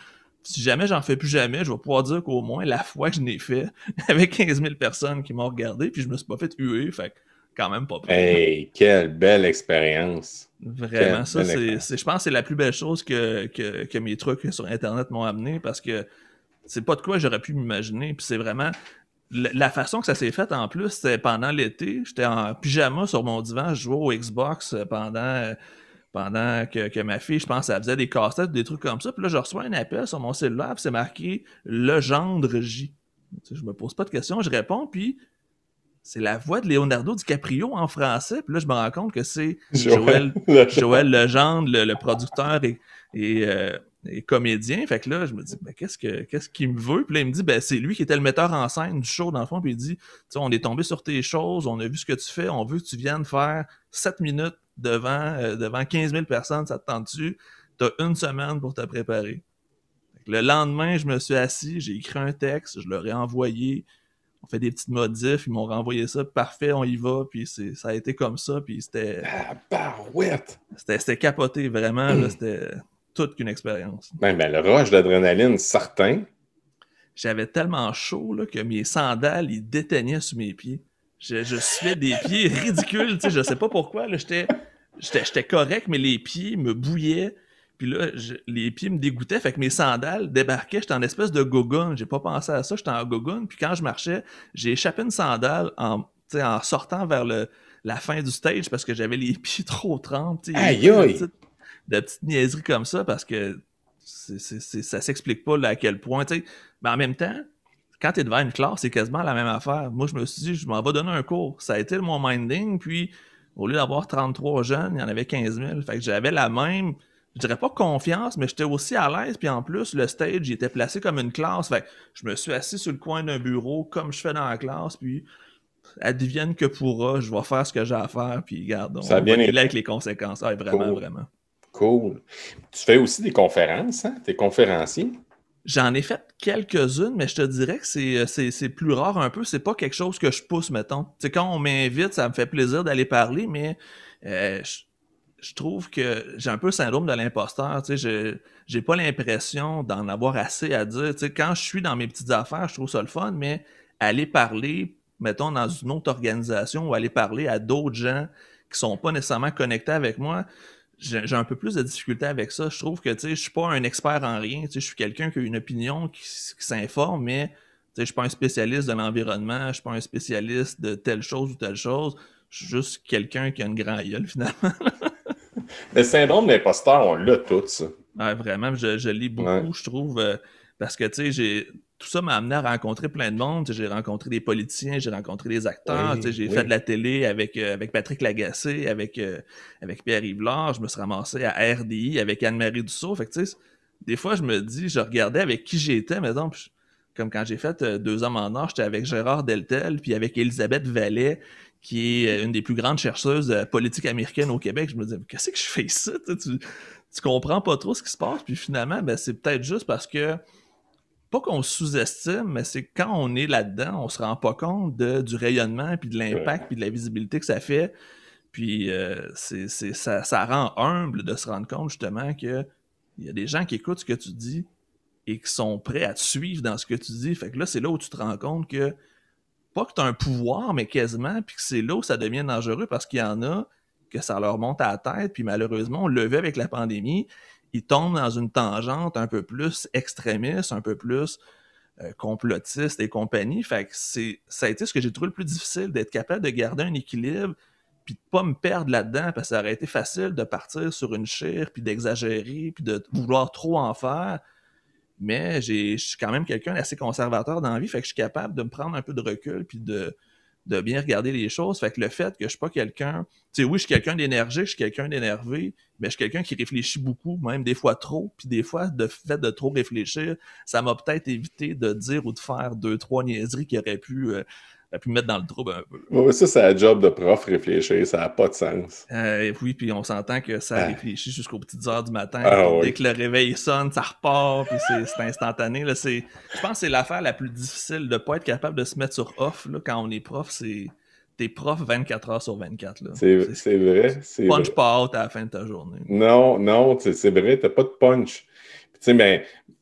si jamais j'en fais plus jamais, je vais pouvoir dire qu'au moins la fois que je l'ai fait, avec quinze mille personnes qui m'ont regardé, puis je me suis pas fait huer, fait que quand même pas pire. Hey, quelle belle expérience! Vraiment, quelle ça, belle c'est, expérience. c'est, je pense que c'est la plus belle chose que, que, que mes trucs sur Internet m'ont amené, parce que c'est pas de quoi j'aurais pu m'imaginer, puis c'est vraiment... La, la façon que ça s'est fait, en plus, c'était pendant l'été, j'étais en pyjama sur mon divan, je jouais au Xbox pendant... pendant que, que ma fille, je pense, elle faisait des casse-têtes, des trucs comme ça. Puis là, je reçois un appel sur mon cellulaire, puis c'est marqué « Legendre J ». Tu sais, je me pose pas de questions, je réponds, puis c'est la voix de Leonardo DiCaprio en français. Puis là, je me rends compte que c'est Joël, Joël, Joël Legendre, le, le producteur et, et, euh, et comédien. Fait que là, je me dis, ben, qu'est-ce que qu'est-ce qu'il me veut? Puis là, il me dit, ben, c'est lui qui était le metteur en scène du show, dans le fond. Puis il dit, tu sais, on est tombé sur tes choses, on a vu ce que tu fais, on veut que tu viennes faire sept minutes devant, euh, devant quinze mille personnes, ça te tente-tu? T'as une semaine pour te préparer. Fait que le lendemain, je me suis assis, j'ai écrit un texte, je leur ai envoyé. On fait des petites modifs, ils m'ont renvoyé ça, parfait, on y va, puis c'est, ça a été comme ça, puis c'était... Ah, barouette! C'était, c'était capoté, vraiment, là, c'était toute qu'une expérience. Ben, ben, le rush d'adrénaline, certain. J'avais tellement chaud là, que mes sandales, ils déteignaient sous mes pieds. Je, je suivais des pieds ridicules, tu sais, je sais pas pourquoi, là, j'étais, j'étais, j'étais correct, mais les pieds me bouillaient. Puis là, je, les pieds me dégoûtaient, fait que mes sandales débarquaient, j'étais en espèce de gogoon. J'ai pas pensé à ça, j'étais en gogoon. Puis quand je marchais, j'ai échappé une sandale en, en sortant vers le, la fin du stage parce que j'avais les pieds trop trempés. Aïe aïe! De petites, de petites niaiseries comme ça parce que c'est, c'est, c'est, ça s'explique pas là, à quel point. T'sais. Mais en même temps, quand t'es devant une classe, c'est quasiment la même affaire. Moi, je me suis dit, je m'en vais donner un cours. Ça a été mon minding, puis au lieu d'avoir trente-trois jeunes, il y en avait quinze mille. Fait que j'avais la même... je dirais pas confiance, mais j'étais aussi à l'aise. Puis en plus, le stage, il était placé comme une classe. Fait que je me suis assis sur le coin d'un bureau, comme je fais dans la classe. Puis, advienne que pourra, je vais faire ce que j'ai à faire. Puis, regarde, on Ça a bien va été. dealer avec les conséquences. Ah, vraiment, Cool. vraiment. Cool. Tu fais aussi des conférences, hein? T'es conférencier? J'en ai fait quelques-unes, mais je te dirais que c'est, c'est, c'est plus rare un peu. C'est pas quelque chose que je pousse, mettons. Tu sais, quand on m'invite, ça me fait plaisir d'aller parler, mais euh, je, je trouve que j'ai un peu le syndrome de l'imposteur. Tu sais, je, j'ai pas l'impression d'en avoir assez à dire. Tu sais, quand je suis dans mes petites affaires, je trouve ça le fun, mais aller parler, mettons, dans une autre organisation ou aller parler à d'autres gens qui sont pas nécessairement connectés avec moi, j'ai, j'ai un peu plus de difficulté avec ça. Je trouve que, tu sais, je suis pas un expert en rien. Tu sais, je suis quelqu'un qui a une opinion, qui, qui s'informe, mais, tu sais, je suis pas un spécialiste de l'environnement, je suis pas un spécialiste de telle chose ou telle chose. Je suis juste quelqu'un qui a une grande gueule, finalement. Le syndrome d'imposteur, on l'a tous, ça. Ouais, vraiment, je, je lis beaucoup, Ouais. je trouve, euh, parce que, tu sais, j'ai... tout ça m'a amené à rencontrer plein de monde. Tu sais, j'ai rencontré des politiciens, j'ai rencontré des acteurs, Oui, tu sais, j'ai oui. fait de la télé avec, euh, avec Patrick Lagacé, avec, euh, avec Pierre-Yves Lard, je me suis ramassé à R D I avec Anne-Marie Dussault. Fait que, tu sais, des fois, je me dis, je regardais avec qui j'étais, mais donc, je- comme quand j'ai fait euh, Deux hommes en or, j'étais avec Gérard Deltel, puis avec Elisabeth Vallet, qui est euh, une des plus grandes chercheuses de politique américaine au Québec. Je me disais, qu'est-ce que je fais ici? Tu, tu, tu comprends pas trop ce qui se passe, puis finalement, ben, c'est peut-être juste parce que pas qu'on sous-estime, mais c'est quand on est là-dedans, on se rend pas compte de, du rayonnement, puis de l'impact, Ouais. puis de la visibilité que ça fait. Puis euh, c'est, c'est, ça, ça rend humble de se rendre compte justement que il y a des gens qui écoutent ce que tu dis et qui sont prêts à te suivre dans ce que tu dis. Fait que là, c'est là où tu te rends compte que pas que tu as un pouvoir, mais quasiment, puis que c'est là où ça devient dangereux parce qu'il y en a que ça leur monte à la tête, puis malheureusement, on le vu avec la pandémie, ils tombent dans une tangente un peu plus extrémiste, un peu plus euh, complotiste et compagnie. Fait que c'est, ça a été ce que j'ai trouvé le plus difficile, d'être capable de garder un équilibre puis de pas me perdre là-dedans, parce que ça aurait été facile de partir sur une chire, puis d'exagérer, puis de vouloir trop en faire. Mais j'ai, je suis quand même quelqu'un d'assez conservateur dans la vie, fait que je suis capable de me prendre un peu de recul, puis de, de bien regarder les choses. Fait que le fait que je suis pas quelqu'un... Tu sais, oui, je suis quelqu'un d'énergique, je suis quelqu'un d'énervé, mais je suis quelqu'un qui réfléchit beaucoup, même des fois trop, puis des fois, de fait de trop réfléchir, ça m'a peut-être évité de dire ou de faire deux, trois niaiseries qui auraient pu, euh, auraient pu me mettre dans le trouble un peu. Ouais, ça, c'est la job de prof, réfléchir. Ça n'a pas de sens. Euh, oui, puis on s'entend que ça Ah, réfléchit jusqu'aux petites heures du matin, ah puis dès oui. que le réveil sonne, ça repart, puis c'est, c'est instantané. Là, c'est, je pense que c'est l'affaire la plus difficile de pas être capable de se mettre sur off là, quand on est prof. C'est t'es prof vingt-quatre heures sur vingt-quatre. Là. C'est, C'est c'est vrai, c'est punch vrai. pas out à la fin de ta journée. Non, non, c'est c'est vrai, t'as pas de punch. Puis, tu sais, mais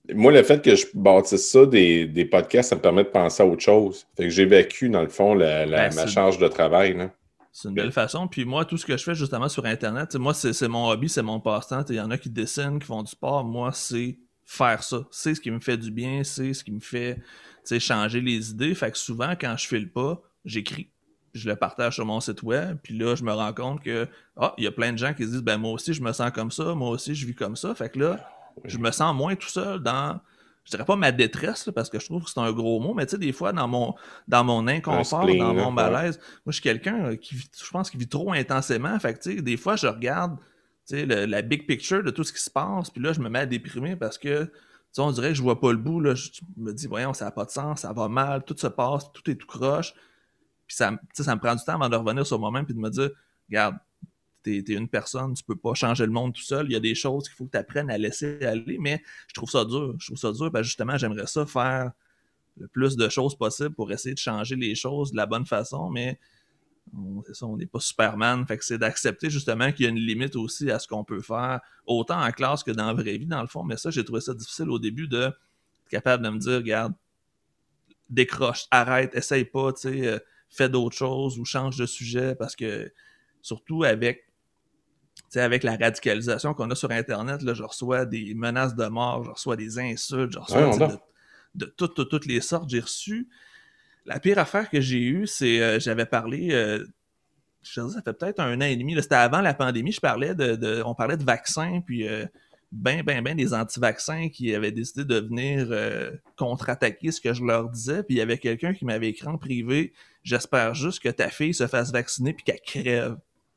moi, le fait que je bâtisse ça, des, des podcasts, ça me permet de penser à autre chose. Fait que j'évacue, dans le fond, la, la, Ben, ma c'est, charge de travail. Là. c'est une belle façon. Puis moi, tout ce que je fais justement sur Internet, tu sais, moi, c'est, c'est mon hobby, c'est mon passe-temps. Il y en a qui dessinent, qui font du sport. Moi, c'est faire ça. C'est ce qui me fait du bien, c'est ce qui me fait tu sais, changer les idées. Fait que souvent, quand je file pas, j'écris. Je le partage sur mon site web, puis là, je me rends compte que ah, il y a plein de gens qui se disent ben moi aussi, je me sens comme ça, moi aussi, je vis comme ça. Fait que là, je me sens moins tout seul dans, je dirais pas ma détresse, là, parce que je trouve que c'est un gros mot, mais tu sais, des fois, dans mon dans mon inconfort, spleen, dans mon là, malaise, ouais. Moi, je suis quelqu'un euh, qui vit, je pense, qui vit trop intensément. Fait que tu sais, des fois, je regarde tu sais, le, la big picture de tout ce qui se passe, puis là, je me mets à déprimer parce que tu sais, on dirait que je vois pas le bout. Là. Je me dis, voyons, ça n'a pas de sens, ça va mal, tout se passe, tout est tout croche. Puis ça, ça me prend du temps avant de revenir sur moi-même puis de me dire, regarde, t'es, t'es une personne, tu peux pas changer le monde tout seul. Il y a des choses qu'il faut que tu apprennes à laisser aller, mais je trouve ça dur. Je trouve ça dur parce que justement, j'aimerais ça faire le plus de choses possible pour essayer de changer les choses de la bonne façon, mais on, c'est ça, on n'est pas Superman. Fait que c'est d'accepter justement qu'il y a une limite aussi à ce qu'on peut faire, autant en classe que dans la vraie vie, dans le fond. Mais ça, j'ai trouvé ça difficile au début de être capable de me dire, regarde, décroche, arrête, essaye pas, tu sais, euh, fais d'autres choses ou change de sujet parce que surtout avec, avec la radicalisation qu'on a sur Internet, là, je reçois des menaces de mort, je reçois des insultes, je reçois Ouais, de, de toutes, toutes, toutes les sortes. J'ai reçu. La pire affaire que j'ai eue, c'est euh, j'avais parlé, euh, je sais, ça fait peut-être un an et demi, là, c'était avant la pandémie, je parlais de, de on parlait de vaccins, puis euh, ben, ben, ben des anti-vaccins qui avaient décidé de venir euh, contre-attaquer ce que je leur disais. Puis il y avait quelqu'un qui m'avait écrit en privé « J'espère juste que ta fille se fasse vacciner puis qu'elle crève. »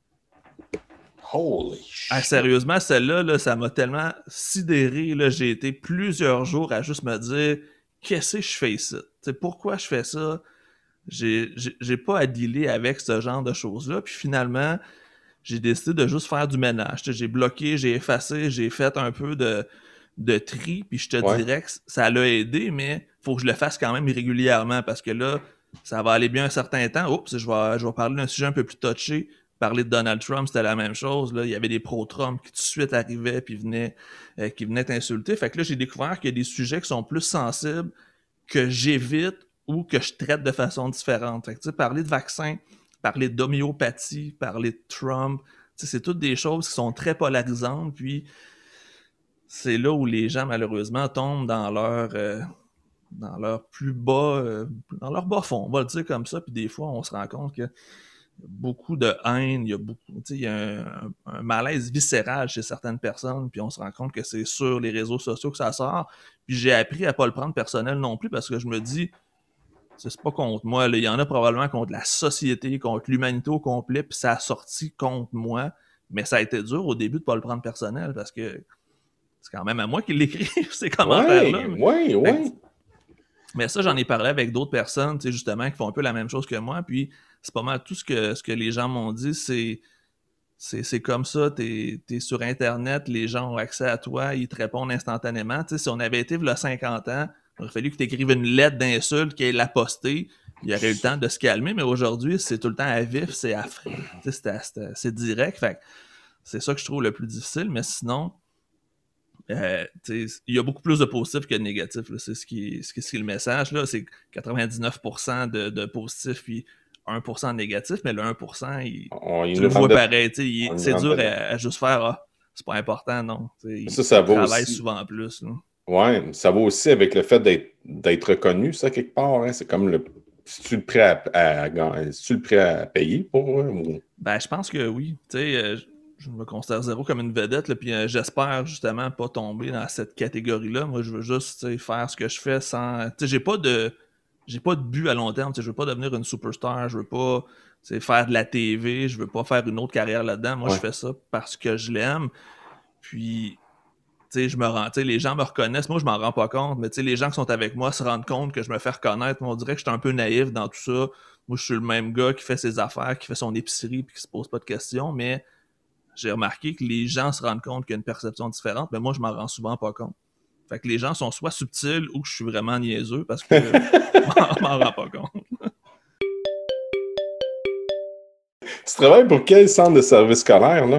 Holy shit! Ah, sérieusement, celle-là, là, ça m'a tellement sidéré. Là, j'ai été plusieurs jours à juste me dire « Qu'est-ce que je fais ici? T'sais, pourquoi je fais ça? » J'ai, j'ai, j'ai pas à dealer avec ce genre de choses-là. Puis finalement, j'ai décidé de juste faire du ménage. T'sais, j'ai bloqué, j'ai effacé, j'ai fait un peu de, de tri, puis je te Ouais. dirais que ça l'a aidé, mais faut que je le fasse quand même régulièrement parce que là, ça va aller bien un certain temps. Oups, je vais, je vais parler d'un sujet un peu plus touché. Parler de Donald Trump, c'était la même chose. Là. Il y avait des pro-Trump qui tout de suite arrivaient puis venaient, euh, qui venaient t'insulter. Fait que là, j'ai découvert qu'il y a des sujets qui sont plus sensibles que j'évite ou que je traite de façon différente. Fait que, tu sais, parler de vaccins, parler d'homéopathie, parler de Trump, c'est toutes des choses qui sont très polarisantes, puis c'est là où les gens, malheureusement, tombent dans leur, euh, dans leur plus bas, euh, dans leur bas fond, on va le dire comme ça, puis des fois, on se rend compte que il y a beaucoup de haine, il y a beaucoup, tu sais, il y a un, un malaise viscéral chez certaines personnes, puis on se rend compte que c'est sur les réseaux sociaux que ça sort, puis j'ai appris à pas le prendre personnel non plus, parce que je me dis, c'est pas contre moi, là. Il y en a probablement contre la société, contre l'humanité au complet, puis ça a sorti contre moi, mais ça a été dur au début de pas le prendre personnel, parce que c'est quand même à moi qui l'écrit, ces commentaires-là. Oui, oui, oui. Mais ça, j'en ai parlé avec d'autres personnes, tu sais, justement, qui font un peu la même chose que moi, puis c'est pas mal tout ce que, ce que les gens m'ont dit, c'est c'est, c'est comme ça, t'es, t'es sur Internet, les gens ont accès à toi, ils te répondent instantanément. Tu sais, si on avait été il y a cinquante ans, il aurait fallu que tu écrives une lettre d'insulte, qu'il la poster, il y aurait eu le temps de se calmer, mais aujourd'hui, c'est tout le temps à vif, c'est à frais, tu sais, c'est, c'est, c'est direct, fait c'est ça que je trouve le plus difficile, mais sinon, euh, il y a beaucoup plus de positifs que de négatifs, là. C'est ce qui, ce qui, ce qui est le message, là, c'est quatre-vingt-dix-neuf pour cent de, de positifs, puis un pour cent de négatifs, mais le un pour cent, il, On, il tu le vois de... pareil, il, c'est dur à, à juste faire, ah, c'est pas important, non. Il, ça, ça il travaille aussi. souvent plus. Là. Ouais, ça va aussi avec le fait d'être, d'être reconnu, ça, quelque part. Hein? C'est comme le. Es-tu le prêt à, à, à, es-tu le prêt à payer pour? Hein? Ou... Ben, je pense que oui. Tu sais, euh, je me considère zéro comme une vedette, puis euh, j'espère justement pas tomber dans cette catégorie-là. Moi, je veux juste faire ce que je fais sans. Tu sais, j'ai pas de. J'ai pas de but à long terme. Je veux pas devenir une superstar. Je veux pas faire de la T V. Je veux pas faire une autre carrière là-dedans. Moi, ouais. Je fais ça parce que je l'aime. Puis, tu sais, je me rends. Les gens me reconnaissent. Moi, je m'en rends pas compte. Mais les gens qui sont avec moi se rendent compte que je me fais reconnaître. Moi, on dirait que je suis un peu naïf dans tout ça. Moi, je suis le même gars qui fait ses affaires, qui fait son épicerie puis qui se pose pas de questions. Mais j'ai remarqué que les gens se rendent compte qu'il y a une perception différente. Mais moi, je m'en rends souvent pas compte. Fait que les gens sont soit subtils ou que je suis vraiment niaiseux parce que je m'en rends pas compte. Tu travailles pour quel centre de service scolaire, là?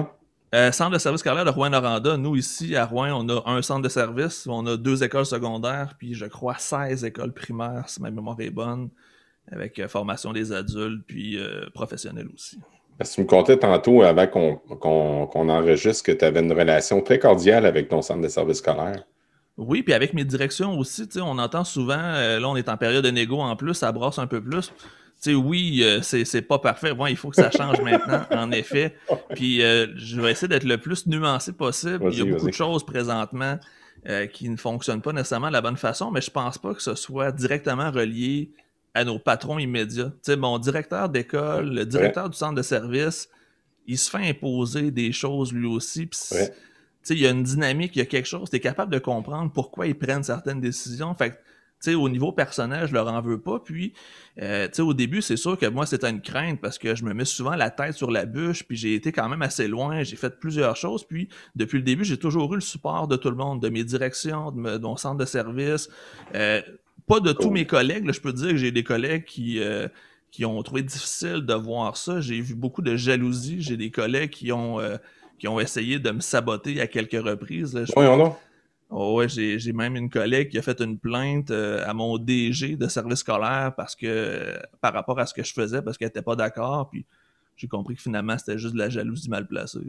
Euh, centre de service scolaire de Rouyn-Noranda. Nous, ici, à Rouen, on a un centre de service, on a deux écoles secondaires, puis je crois seize écoles primaires, si ma mémoire est bonne, avec euh, formation des adultes, puis euh, professionnels aussi. Parce que tu me contais tantôt, avant qu'on qu'on, qu'on enregistre, que tu avais une relation très cordiale avec ton centre de service scolaire. Oui, puis avec mes directions aussi, tu sais, on entend souvent, euh, là, on est en période de négo en plus, ça brasse un peu plus. Tu sais, oui, euh, c'est, c'est pas parfait. Bon, il faut que ça change maintenant, en effet. Puis euh, je vais essayer d'être le plus nuancé possible. Vas-y, il y a beaucoup vas-y. de choses présentement euh, qui ne fonctionnent pas nécessairement de la bonne façon, mais je pense pas que ce soit directement relié à nos patrons immédiats. Tu sais, mon directeur d'école, le directeur du centre de service, il se fait imposer des choses lui aussi. Puis Ouais. tu sais, il y a une dynamique, il y a quelque chose, tu es capable de comprendre pourquoi ils prennent certaines décisions. Fait que, tu sais, au niveau personnel, je leur en veux pas. Puis, euh, tu sais, au début, c'est sûr que moi, c'était une crainte parce que je me mets souvent la tête sur la bûche, puis j'ai été quand même assez loin, j'ai fait plusieurs choses. Puis, depuis le début, j'ai toujours eu le support de tout le monde, de mes directions, de, me, de mon centre de service. Euh, pas de cool. Tous mes collègues, là, je peux te dire que j'ai des collègues qui... Euh, qui ont trouvé difficile de voir ça. J'ai vu beaucoup de jalousie. J'ai des collègues qui ont... Euh, qui ont essayé de me saboter à quelques reprises. Là. Je... Oui, on a. Oh, ouais, j'ai, j'ai même une collègue qui a fait une plainte euh, à mon D G de service scolaire parce que euh, par rapport à ce que je faisais, parce qu'elle était pas d'accord. Puis j'ai compris que finalement, c'était juste de la jalousie mal placée.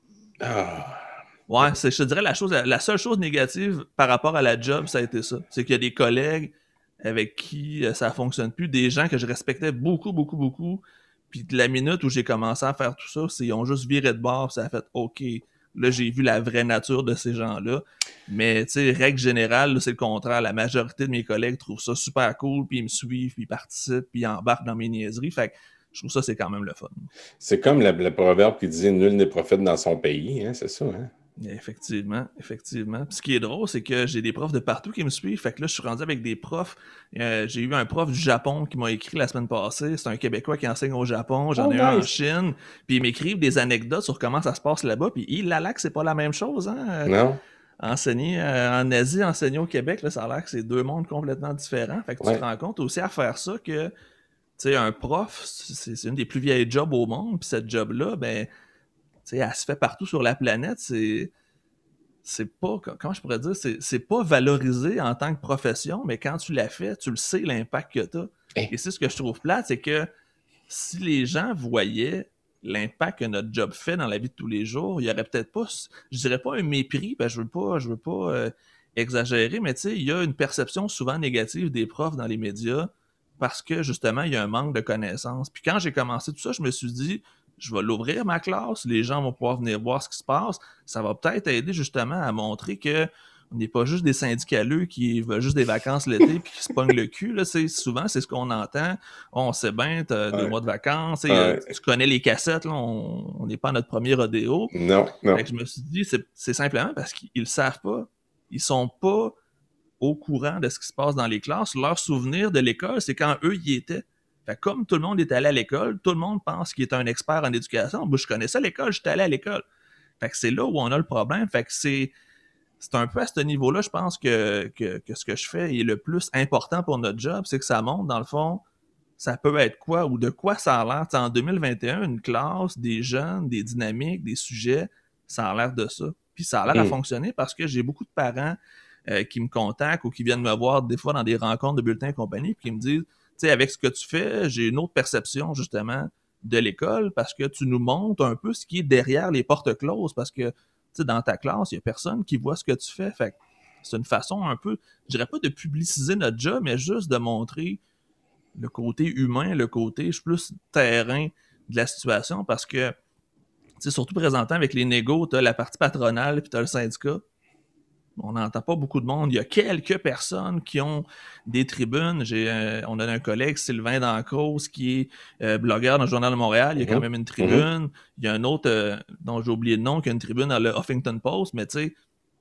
Ah. Ouais, c'est, je te dirais la chose, la, la seule chose négative par rapport à la job, ça a été ça. C'est qu'il y a des collègues avec qui euh, ça fonctionne plus, des gens que je respectais beaucoup, beaucoup, beaucoup. Puis de la minute où j'ai commencé à faire tout ça, c'est, ils ont juste viré de bord, ça a fait OK. Là, j'ai vu la vraie nature de ces gens-là. Mais, tu sais, règle générale, là, c'est le contraire. La majorité de mes collègues trouvent ça super cool, puis ils me suivent, puis ils participent, puis ils embarquent dans mes niaiseries. Fait que je trouve ça, c'est quand même le fun. C'est comme le, le proverbe qui dit « Nul n'est prophète dans son pays hein, », c'est ça, hein? Effectivement, effectivement. Puis ce qui est drôle, c'est que j'ai des profs de partout qui me suivent. Fait que là, je suis rendu avec des profs. Euh, j'ai eu un prof du Japon qui m'a écrit la semaine passée. C'est un Québécois qui enseigne au Japon. J'en oh, ai nice. un en Chine. Puis ils m'écrivent des anecdotes sur comment ça se passe là-bas. Puis il a l'air que c'est pas la même chose, hein? Non. Enseigner euh, en Asie, enseigner au Québec, là, ça a l'air que c'est deux mondes complètement différents. Fait que tu ouais. te rends compte aussi à faire ça que, tu sais, un prof, c'est, c'est une des plus vieilles jobs au monde. Puis cette job-là, ben, tu sais, elle se fait partout sur la planète. C'est... c'est pas, comment je pourrais dire, c'est, c'est pas valorisé en tant que profession, mais quand tu l'as fait, tu le sais l'impact que t'as. Hey. Et c'est ce que je trouve plate, c'est que si les gens voyaient l'impact que notre job fait dans la vie de tous les jours, il y aurait peut-être pas, je dirais pas un mépris, ben je veux pas, je veux pas euh, exagérer, mais tu sais, il y a une perception souvent négative des profs dans les médias parce que justement, il y a un manque de connaissances. Puis quand j'ai commencé tout ça, je me suis dit, je vais l'ouvrir ma classe, les gens vont pouvoir venir voir ce qui se passe. Ça va peut-être aider justement à montrer que on n'est pas juste des syndicaleux qui veulent juste des vacances l'été puis qui se pognent le cul. Là. C'est, souvent, c'est ce qu'on entend. On sait bien, t'as ouais. deux mois de vacances. Ouais. Tu connais les cassettes. Là, on n'est pas à notre premier rodéo. Non, non. Fait que je me suis dit, c'est, c'est simplement parce qu'ils ne savent pas. Ils sont pas au courant de ce qui se passe dans les classes. Leur souvenir de l'école, c'est quand eux y étaient. Fait que comme tout le monde est allé à l'école, tout le monde pense qu'il est un expert en éducation. Moi, je connaissais l'école, j'étais allé à l'école. Fait que c'est là où on a le problème. Fait que c'est, c'est un peu à ce niveau-là, je pense, que, que, que ce que je fais est le plus important pour notre job, c'est que ça montre, dans le fond, ça peut être quoi ou de quoi ça a l'air. T'sais, en deux mille vingt et un, une classe, des jeunes, des dynamiques, des sujets, ça a l'air de ça. Puis ça a l'air mmh. à fonctionner parce que j'ai beaucoup de parents euh, qui me contactent ou qui viennent me voir des fois dans des rencontres de bulletins et compagnie, puis qui me disent, tu sais, avec ce que tu fais, j'ai une autre perception, justement, de l'école parce que tu nous montres un peu ce qui est derrière les portes closes parce que, tu sais, dans ta classe, il n'y a personne qui voit ce que tu fais. Fait que c'est une façon un peu, je dirais pas de publiciser notre job, mais juste de montrer le côté humain, le côté plus terrain de la situation parce que, tu sais, surtout présentant avec les négos, tu as la partie patronale puis tu as le syndicat. On n'entend pas beaucoup de monde. Il y a quelques personnes qui ont des tribunes. J'ai, euh, on a un collègue, Sylvain Dancrose, qui est euh, blogueur dans le Journal de Montréal. Il y a quand même une tribune. Mm-hmm. Il y a un autre, euh, dont j'ai oublié le nom, qui a une tribune dans le Huffington Post. Mais tu sais,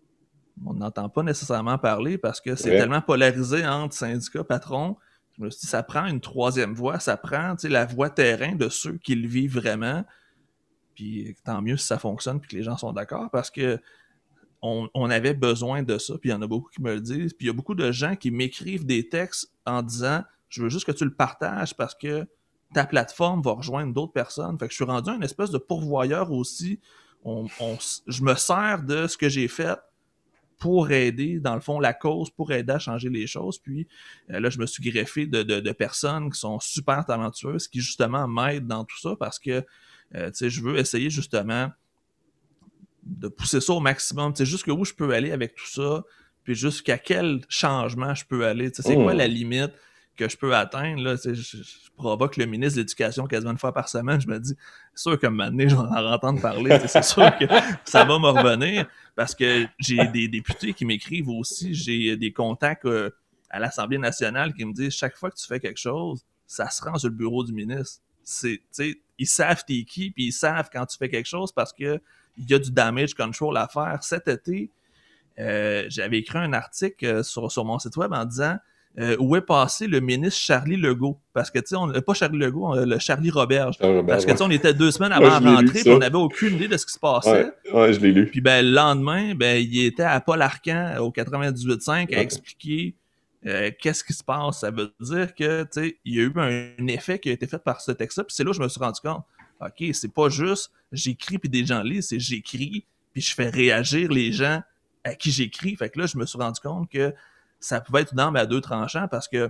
on n'entend pas nécessairement parler parce que c'est ouais. tellement polarisé entre syndicats, patrons. Je me suis dit, ça prend une troisième voix. Ça prend, tu sais, la voix terrain de ceux qui le vivent vraiment. Puis tant mieux si ça fonctionne puis que les gens sont d'accord parce que On, on avait besoin de ça, puis il y en a beaucoup qui me le disent. Puis il y a beaucoup de gens qui m'écrivent des textes en disant « Je veux juste que tu le partages parce que ta plateforme va rejoindre d'autres personnes. » Fait que je suis rendu un espèce de pourvoyeur aussi on, on, je me sers de ce que j'ai fait pour aider, dans le fond, la cause, pour aider à changer les choses. Puis euh, là, je me suis greffé de, de, de personnes qui sont super talentueuses, qui justement m'aident dans tout ça parce que, euh, tu sais, je veux essayer justement de pousser ça au maximum. Tu sais, jusqu'où je peux aller avec tout ça, puis jusqu'à quel changement je peux aller. Tu sais, c'est mmh. quoi la limite que je peux atteindre, là, je, je, je provoque le ministre de l'Éducation quasiment une fois par semaine, je me dis, c'est sûr qu'à un moment donné, je vais en entendre parler, c'est sûr que ça va me revenir, parce que j'ai des députés qui m'écrivent aussi, j'ai des contacts euh, à l'Assemblée nationale qui me disent, chaque fois que tu fais quelque chose, ça se rend sur le bureau du ministre. C'est, ils savent t'es qui, puis ils savent quand tu fais quelque chose, parce que il y a du damage control à faire. Cet été, euh, j'avais écrit un article sur, sur mon site web en disant Euh, où est passé le ministre Charlie Legault? Parce que, tu sais, on pas Charlie Legault, on, le Charlie Roberge. Ah, ben, parce que, tu sais, on était deux semaines avant la rentrée, puis on n'avait aucune idée de ce qui se passait. Ouais, ouais je l'ai lu. Puis, ben, le lendemain, ben, il était à Paul Arcan, au quatre-vingt-dix-huit cinq, ouais. à expliquer euh, qu'est-ce qui se passe. Ça veut dire que, tu sais, il y a eu un, un effet qui a été fait par ce texte-là, puis c'est là où je me suis rendu compte, OK, c'est pas juste j'écris puis des gens lisent, c'est j'écris puis je fais réagir les gens à qui j'écris. Fait que là, je me suis rendu compte que ça pouvait être une arme à deux tranchants parce que,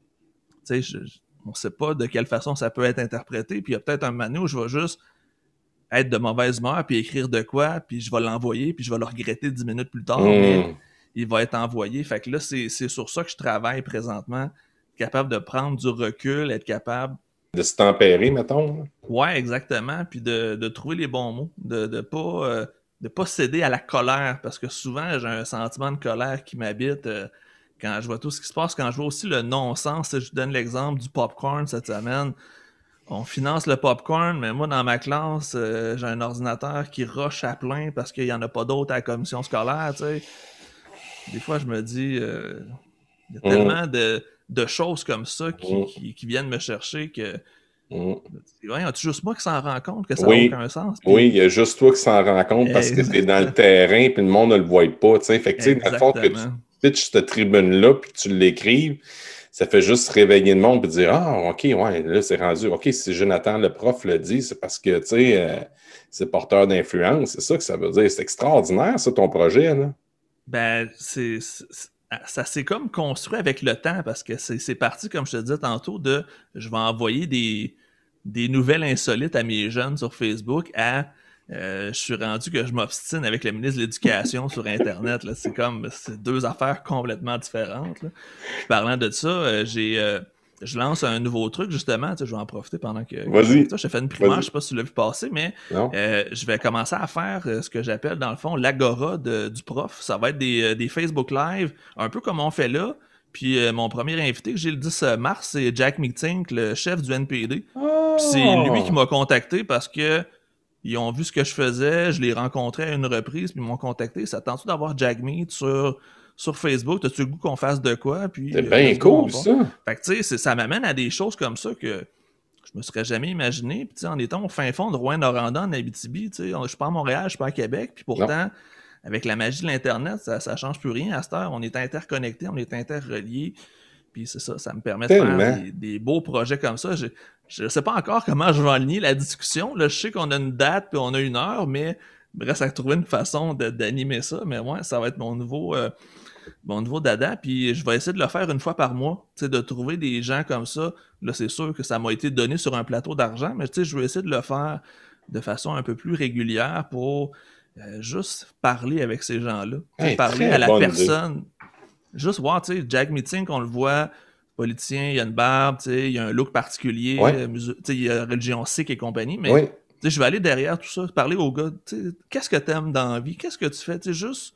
tu sais, on ne sait pas de quelle façon ça peut être interprété. Puis il y a peut-être un moment donné où je vais juste être de mauvaise humeur, puis écrire de quoi, puis je vais l'envoyer, puis je vais le regretter dix minutes plus tard, mmh. mais il va être envoyé. Fait que là, c'est, c'est sur ça que je travaille présentement, capable de prendre du recul, être capable... De se tempérer, mettons. Ouais, exactement, puis de, de trouver les bons mots, de ne pas, euh, de pas céder à la colère, parce que souvent, j'ai un sentiment de colère qui m'habite... Euh, quand je vois tout ce qui se passe, quand je vois aussi le non-sens, je donne l'exemple du popcorn cette semaine. On finance le popcorn, mais moi, dans ma classe, euh, j'ai un ordinateur qui rush à plein parce qu'il n'y en a pas d'autres à la commission scolaire, tu sais. Des fois, je me dis, euh, il y a mmh. tellement de, de choses comme ça qui, mmh. qui, qui viennent me chercher que... Mmh. Ouais, y-tu juste moi qui s'en rend compte que ça n'a oui. aucun sens? Puis... Oui, il y a juste toi qui s'en rend compte parce Exactement. que c'est dans le terrain puis le monde ne le voit pas, tu sais. Fait que, tu sais, dans le fond, que tu pitches cette tribune-là puis que tu l'écrives, ça fait juste réveiller le monde et dire « Ah, OK, ouais, là, c'est rendu. OK, si Jonathan, le prof, le dit, c'est parce que, tu sais, euh, c'est porteur d'influence. » C'est ça que ça veut dire. C'est extraordinaire, ça, ton projet, là. Ben, c'est... c'est... ça s'est comme construit avec le temps parce que c'est, c'est parti, comme je te disais tantôt, de je vais envoyer des, des nouvelles insolites à mes jeunes sur Facebook à euh, je suis rendu que je m'obstine avec le ministre de l'Éducation sur Internet. Là. C'est comme c'est deux affaires complètement différentes. Là. Puis parlant de ça, euh, j'ai euh, je lance un nouveau truc, justement. Je vais en profiter pendant que, que Vas-y. je fait une primaire, je sais pas si tu l'as vu passer, mais euh, je vais commencer à faire euh, ce que j'appelle, dans le fond, l'agora de, du prof. Ça va être des, euh, des Facebook Live, un peu comme on fait là. Puis euh, mon premier invité que j'ai le dix mars, c'est Jack Meeting, le chef du N P D. Oh! Puis c'est lui qui m'a contacté parce que ils ont vu ce que je faisais, je les rencontrais à une reprise, puis ils m'ont contacté. Ça tente d'avoir Jack Meet sur... sur Facebook, t'as-tu le goût qu'on fasse de quoi? Puis, c'est bien cool, ça! Fait que, tu sais, ça m'amène à des choses comme ça que je me serais jamais imaginé. Puis, tu sais, en étant au fin fond de Rouyn-Noranda, en Abitibi, tu sais, je suis pas à Montréal, je suis pas à Québec, puis pourtant, non. avec la magie de l'Internet, ça, ça change plus rien à cette heure. On est interconnectés, on est interreliés. Puis c'est ça, ça me permet Tellement. de faire des, des beaux projets comme ça. Je, je sais pas encore comment je vais aligner la discussion. Là, je sais qu'on a une date, puis on a une heure, mais bref, à trouver une façon de, d'animer ça. Mais ouais, ça va être mon nouveau... Euh, mon nouveau dada, puis je vais essayer de le faire une fois par mois, tu sais, de trouver des gens comme ça. Là, c'est sûr que ça m'a été donné sur un plateau d'argent, mais tu sais, je vais essayer de le faire de façon un peu plus régulière pour euh, juste parler avec ces gens-là. Hey, parler à la personne. Idée. Juste voir, tu sais, Jack Meeting, on le voit, politicien, il y a une barbe, tu sais, il y a un look particulier, ouais. musu- tu sais, il y a religion sikh et compagnie, mais ouais. tu sais, je vais aller derrière tout ça, parler aux gars, tu sais, qu'est-ce que t'aimes dans la vie? Qu'est-ce que tu fais? Tu sais, juste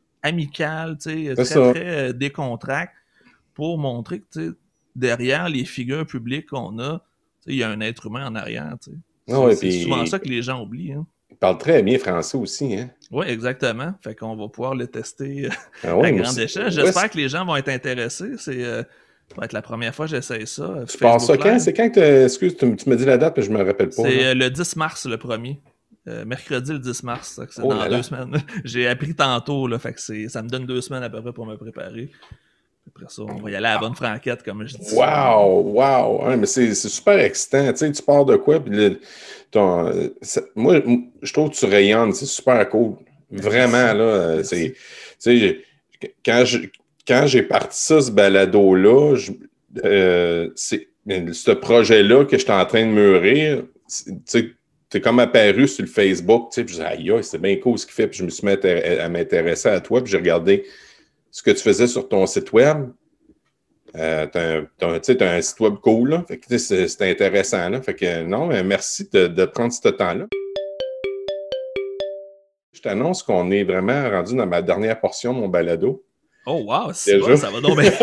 amical, tu sais, très, ça. très euh, décontracté pour montrer que, tu sais, derrière les figures publiques qu'on a, il y a un être humain en arrière, tu sais. C'est, ouais, c'est puis... souvent ça que les gens oublient, hein. Il parle très bien français aussi, hein? Oui, exactement. Fait qu'on va pouvoir le tester ah ouais, à grande échelle. J'espère ouais, que les gens vont être intéressés. C'est, euh, ça va être la première fois que j'essaye ça. Tu passes ça quand? C'est quand que excuse, tu, tu me dis la date, mais je me rappelle pas. C'est euh, le dix mars, le premier. Euh, mercredi le dix mars, c'est oh dans deux là. semaines. J'ai appris tantôt, là, fait que c'est, ça me donne deux semaines à peu près pour me préparer. Après ça, on va y aller à la bonne franquette, comme je dis. Wow! Wow! Ouais, mais c'est, c'est super excitant. Tu sais, tu pars de quoi? Puis le, ton, ça, moi, je trouve que tu rayonnes. C'est super cool. Vraiment, là. C'est, tu sais, j'ai- quand, je, quand j'ai parti ça, ce balado-là, je, euh, c'est, ce projet-là que j'étais en train de mûrir, tu sais, t'es comme apparu sur le Facebook, tu sais, puis je disais, aïe, aïe, c'est bien cool ce qu'il fait, puis je me suis mis à m'intéresser à toi, puis j'ai regardé ce que tu faisais sur ton site web. Euh, t'as, un, t'as, t'as un site web cool, là. Fait que c'est, c'est intéressant, là. Fait que non, mais merci de, de prendre ce temps-là. Je t'annonce qu'on est vraiment rendu dans ma dernière portion de mon balado. Oh wow, c'est bon, ça va donc bien.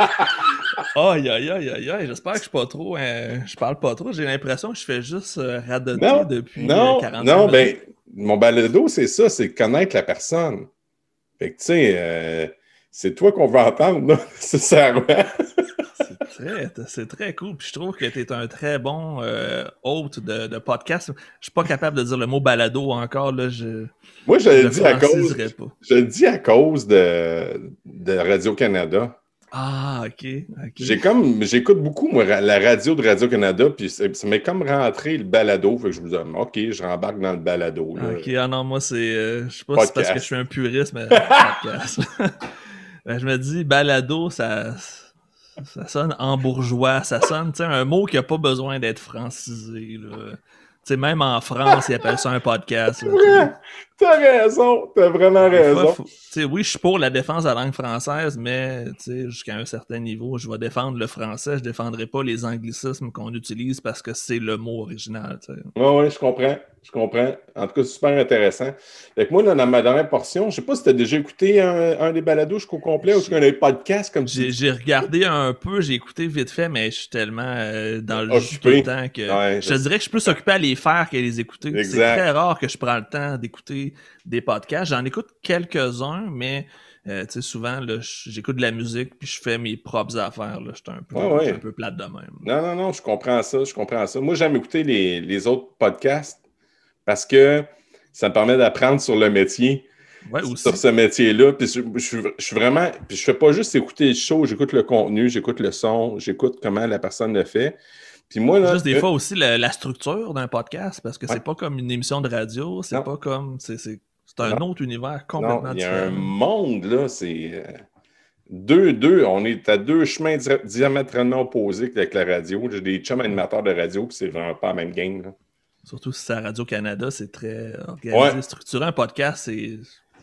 Aïe, aïe, aïe, aïe, aïe, j'espère que je suis pas trop, euh, je parle pas trop. J'ai l'impression que je fais juste euh, radoter non, depuis non, euh, quarante non, minutes. Ben, mon balado, c'est ça, c'est connaître la personne. Fait que, tu sais, euh, c'est toi qu'on veut entendre, là, nécessairement. C'est très, c'est très cool. Puis je trouve que tu es un très bon euh, hôte de, de podcast. Je suis pas capable de dire le mot balado encore. Là, je, Moi, je, je le dis à cause. Pas. Je le dis à cause de, de Radio-Canada. Ah, ok. okay. J'ai comme, j'écoute beaucoup, moi, la radio de Radio-Canada, puis ça m'est comme rentré le balado. Fait que je me dis, OK, je rembarque dans le balado. Là. Ok, ah non, moi, c'est. Euh, je sais pas si c'est parce que je suis un puriste, mais podcast. Ben, je me dis, balado, ça. Ça sonne en bourgeois, ça sonne, tu sais, un mot qui n'a pas besoin d'être francisé, là. Tu sais, même en France, ils appellent ça un podcast. Là, t'as raison, t'as vraiment raison. Tu sais, oui, je suis pour la défense de la langue française, mais tu sais, jusqu'à un certain niveau, je vais défendre le français, je défendrai pas les anglicismes qu'on utilise parce que c'est le mot original. Tu sais. Oui, oui, je comprends. Je comprends. En tout cas, c'est super intéressant. Fait que moi, dans ma dernière portion, je sais pas si tu as déjà écouté un, un des balados jusqu'au complet ou si tu as un podcast comme j'ai, j'ai regardé un peu, j'ai écouté vite fait, mais je suis tellement euh, dans le jus tout le temps que ouais, je te dirais que je suis plus occupé à les faire qu'à les écouter. Exact. C'est très rare que je prends le temps d'écouter des podcasts. J'en écoute quelques-uns, mais euh, tu sais, souvent, là, j'écoute de la musique puis je fais mes propres affaires. Là. Je suis un peu, ouais, ouais. un peu plate de même. Non, non, non, je comprends ça, je comprends ça. Moi, j'aime écouter les, les autres podcasts parce que ça me permet d'apprendre sur le métier. Ouais, aussi. Sur ce métier-là. Puis je, je, je suis vraiment. Puis je fais pas juste écouter le show, j'écoute le contenu, j'écoute le son, j'écoute comment la personne le fait. Puis moi, là. Juste des euh... fois aussi la, la structure d'un podcast, parce que ouais. c'est pas comme une émission de radio, c'est non. pas comme. C'est, c'est, c'est un non. autre univers complètement non, différent. Il y a un monde, là, c'est. Euh, deux, deux, on est à deux chemins di- diamétralement opposés avec la radio. J'ai des chums animateurs de radio, puis c'est vraiment pas la même game, là. Surtout si c'est à Radio-Canada, c'est très organisé, ouais. structuré. Un podcast, c'est.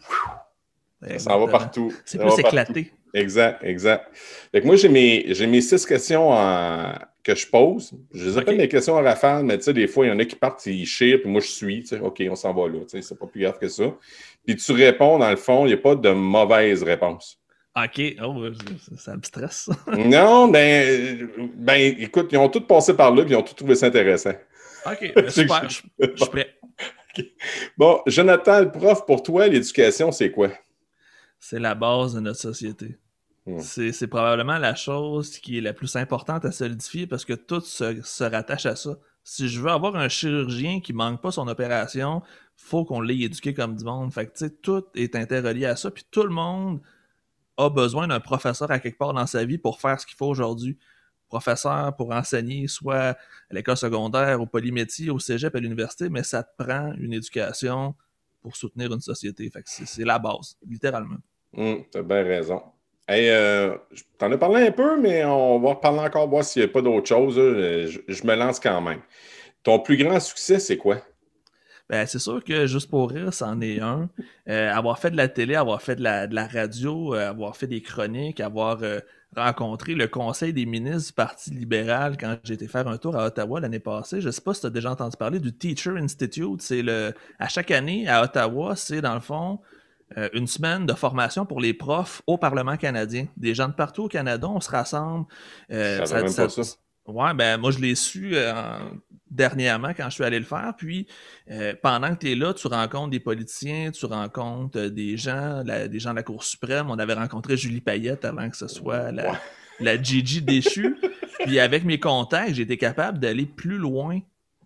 Ça s'en va partout. C'est ça plus éclaté. Partout. Exact, exact. Fait que moi, j'ai mes, j'ai mes six questions en... que je pose. Je les appelle okay. mes questions en rafale, mais tu sais, des fois, il y en a qui partent, ils chirent, puis moi, je suis. Tu sais, OK, on s'en va là. Tu sais, c'est pas plus grave que ça. Puis tu réponds, dans le fond, il n'y a pas de mauvaise réponse. OK. Oh, ça me stresse. non, ben, ben, écoute, ils ont tous passé par là, puis ils ont tous trouvé ça intéressant. OK, ben, super, je, je suis prêt. Okay. Bon, Jonathan, le prof, pour toi, l'éducation, c'est quoi? C'est la base de notre société. Hmm. C'est, c'est probablement la chose qui est la plus importante à solidifier parce que tout se, se rattache à ça. Si je veux avoir un chirurgien qui manque pas son opération, faut qu'on l'ait éduqué comme du monde. Fait que, tu sais, tout est interrelié à ça, puis tout le monde a besoin d'un professeur à quelque part dans sa vie pour faire ce qu'il faut aujourd'hui. Professeur pour enseigner, soit à l'école secondaire, au polymétier, au cégep, à l'université, mais ça te prend une éducation pour soutenir une société. Fait que c'est, c'est la base, littéralement. Mmh, t'as bien raison. Hey, euh, t'en as parlé un peu, mais on va reparler encore, voir s'il n'y a pas d'autre chose. Je, je me lance quand même. Ton plus grand succès, c'est quoi? Ben, c'est sûr que Juste pour rire, c'en est un. Euh, avoir fait de la télé, avoir fait de la, de la radio, euh, avoir fait des chroniques, avoir euh, rencontré le conseil des ministres du Parti libéral quand j'ai été faire un tour à Ottawa l'année passée. Je ne sais pas si tu as déjà entendu parler du Teacher Institute. C'est le, à chaque année, à Ottawa, c'est dans le fond euh, une semaine de formation pour les profs au Parlement canadien. Des gens de partout au Canada, on se rassemble. Euh, je savais ça, même pas ça, ça. Ouais, ben moi je l'ai su euh, dernièrement quand je suis allé le faire. Puis euh, pendant que tu es là, tu rencontres des politiciens, tu rencontres euh, des gens, la, des gens de la Cour suprême. On avait rencontré Julie Payette avant que ce soit la, ouais. la Gigi déchue. Puis avec mes contacts, j'ai été capable d'aller plus loin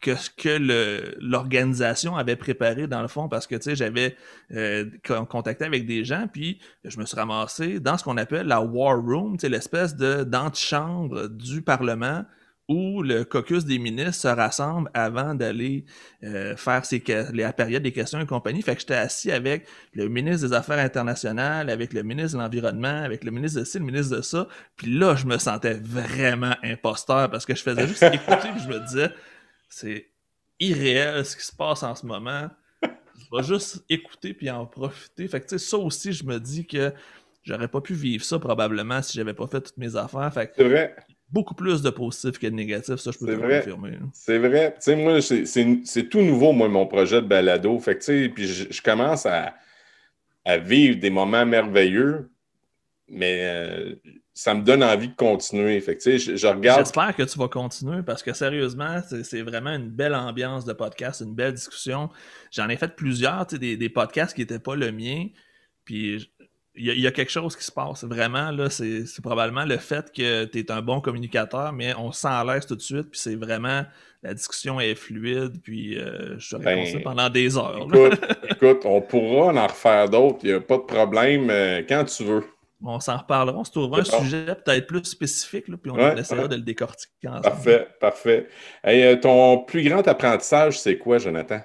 que ce que le, l'organisation avait préparé dans le fond, parce que tu sais, j'avais euh, contacté avec des gens, puis je me suis ramassé dans ce qu'on appelle la War Room, tu sais, l'espèce de d'antichambre du Parlement où le caucus des ministres se rassemble avant d'aller euh, faire ses, la période des questions et compagnie. Fait que j'étais assis avec le ministre des Affaires internationales, avec le ministre de l'Environnement, avec le ministre de ci, le ministre de ça. Puis là, je me sentais vraiment imposteur parce que je faisais juste écouter et je me disais, c'est irréel ce qui se passe en ce moment. Je vais juste écouter puis en profiter. Fait que tu sais, ça aussi, je me dis que j'aurais pas pu vivre ça probablement si j'avais pas fait toutes mes affaires. Fait que c'est vrai. Beaucoup plus de positifs que de négatifs, ça je peux te le confirmer. C'est vrai. Tu sais, moi, c'est, c'est, c'est tout nouveau, moi, mon projet de balado. Fait que, tu sais, puis je, je commence à, à vivre des moments merveilleux, mais euh, ça me donne envie de continuer. Fait que, tu sais, je, je regarde... J'espère que tu vas continuer parce que, sérieusement, c'est, c'est vraiment une belle ambiance de podcast, une belle discussion. J'en ai fait plusieurs, tu sais, des, des podcasts qui n'étaient pas le mien, puis... Il y, y a quelque chose qui se passe. Vraiment, là, c'est, c'est probablement le fait que tu es un bon communicateur, mais on se sent à l'aise tout de suite, puis c'est vraiment... La discussion est fluide, puis euh, je serais ben, pendant des heures. Écoute, écoute, on pourra en refaire d'autres, il n'y a pas de problème euh, quand tu veux. On s'en reparlera, on se trouvera un sujet peut-être plus spécifique, là, puis on ouais, essaiera ouais. de le décortiquer ensemble. Parfait, parfait. Hey, euh, ton plus grand apprentissage, c'est quoi, Jonathan?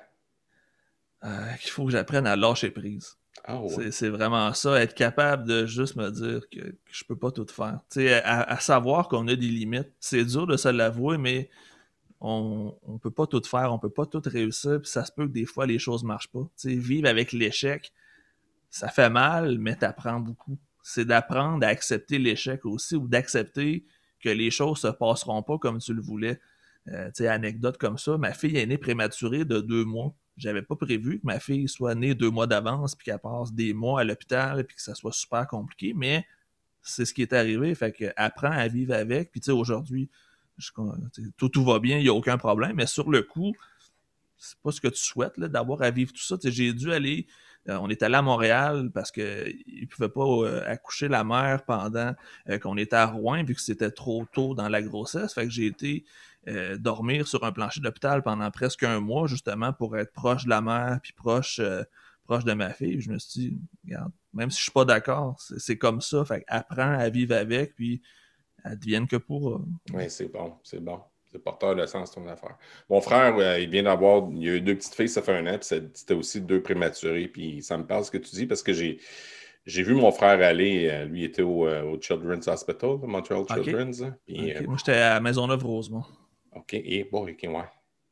Euh, qu'il faut que j'apprenne à lâcher prise. Oh, ouais. c'est, c'est vraiment ça, être capable de juste me dire que, que je peux pas tout faire. À, à savoir qu'on a des limites. C'est dur de se l'avouer, mais on ne peut pas tout faire, on peut pas tout réussir, puis ça se peut que des fois les choses marchent pas. T'sais, vivre avec l'échec, ça fait mal, mais t'apprends beaucoup. C'est d'apprendre à accepter l'échec aussi, ou d'accepter que les choses se passeront pas comme tu le voulais. Euh, tu sais, anecdote comme ça, ma fille est née prématurée de deux mois. J'avais pas prévu que ma fille soit née deux mois d'avance, puis qu'elle passe des mois à l'hôpital, puis que ça soit super compliqué, mais c'est ce qui est arrivé. Fait que apprends à vivre avec, puis tu sais, aujourd'hui, je, tout, tout va bien, il n'y a aucun problème, mais sur le coup, c'est pas ce que tu souhaites, là, d'avoir à vivre tout ça. T'sais, j'ai dû aller, euh, on est allé à Montréal parce qu'ils ne pouvaient pas euh, accoucher la mère pendant euh, qu'on était à Rouen, vu que c'était trop tôt dans la grossesse. Fait que j'ai été euh, dormir sur un plancher d'hôpital pendant presque un mois, justement, pour être proche de la mère, puis proche, euh, proche de ma fille. Puis je me suis dit, regarde, même si je suis pas d'accord, c'est, c'est comme ça. Fait apprends à vivre avec, puis advienne que pourra. Oui, c'est bon, c'est bon. C'est porteur de sens, ton affaire. Mon frère, euh, il vient d'avoir... Il a eu deux petites filles, ça fait un an, puis c'était aussi deux prématurés. Puis ça me parle ce que tu dis, parce que j'ai, j'ai vu mon frère aller. Euh, lui, il était au, euh, au Children's Hospital, Montreal okay. Children's. Puis, okay. euh, Moi, j'étais à Maisonneuve-Rosemont. OK, et bon, OK, ouais.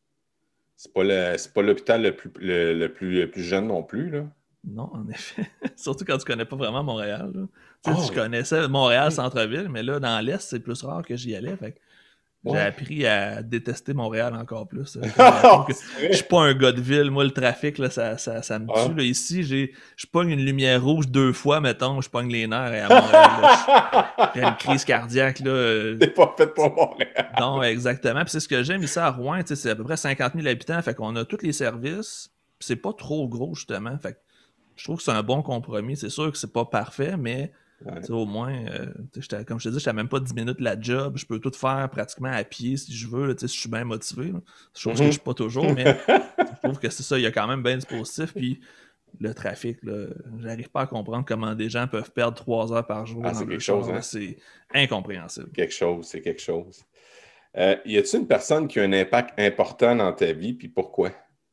C'est pas, le, c'est pas l'hôpital le plus, le, le, plus, le plus jeune non plus, là. Non, en effet. Surtout quand tu connais pas vraiment Montréal. Tu sais, Oh, je connaissais Montréal, centre-ville, mais là, dans l'Est, c'est plus rare que j'y allais. Fait que j'ai ouais. appris à détester Montréal encore plus. Que je suis pas un gars de ville. Moi, le trafic, là, ça, ça, ça me tue. Ah. Là, ici, j'ai, je pogne une lumière rouge deux fois, mettons, je pogne les nerfs. Et à Montréal, j'ai une crise cardiaque. Là. C'est pas fait pour Montréal. Non, exactement. Puis c'est ce que j'aime ici à Rouen. C'est à peu près cinquante mille habitants. Fait qu'on a tous les services. Puis c'est pas trop gros, justement. Fait que je trouve que c'est un bon compromis. C'est sûr que c'est pas parfait, mais ouais. Au moins, euh, comme je te dis, j'étais même pas dix minutes la job. Je peux tout faire pratiquement à pied si je veux, là, si je suis bien motivé. Là. Chose mm-hmm. que je suis pas toujours, mais je trouve que c'est ça. Il y a quand même bien du positif. Puis le trafic, là, j'arrive pas à comprendre comment des gens peuvent perdre trois heures par jour. Ah, c'est quelque chose, hein? C'est incompréhensible. Quelque chose, c'est quelque chose. Euh, y a-t-il une personne qui a un impact important dans ta vie, puis pourquoi?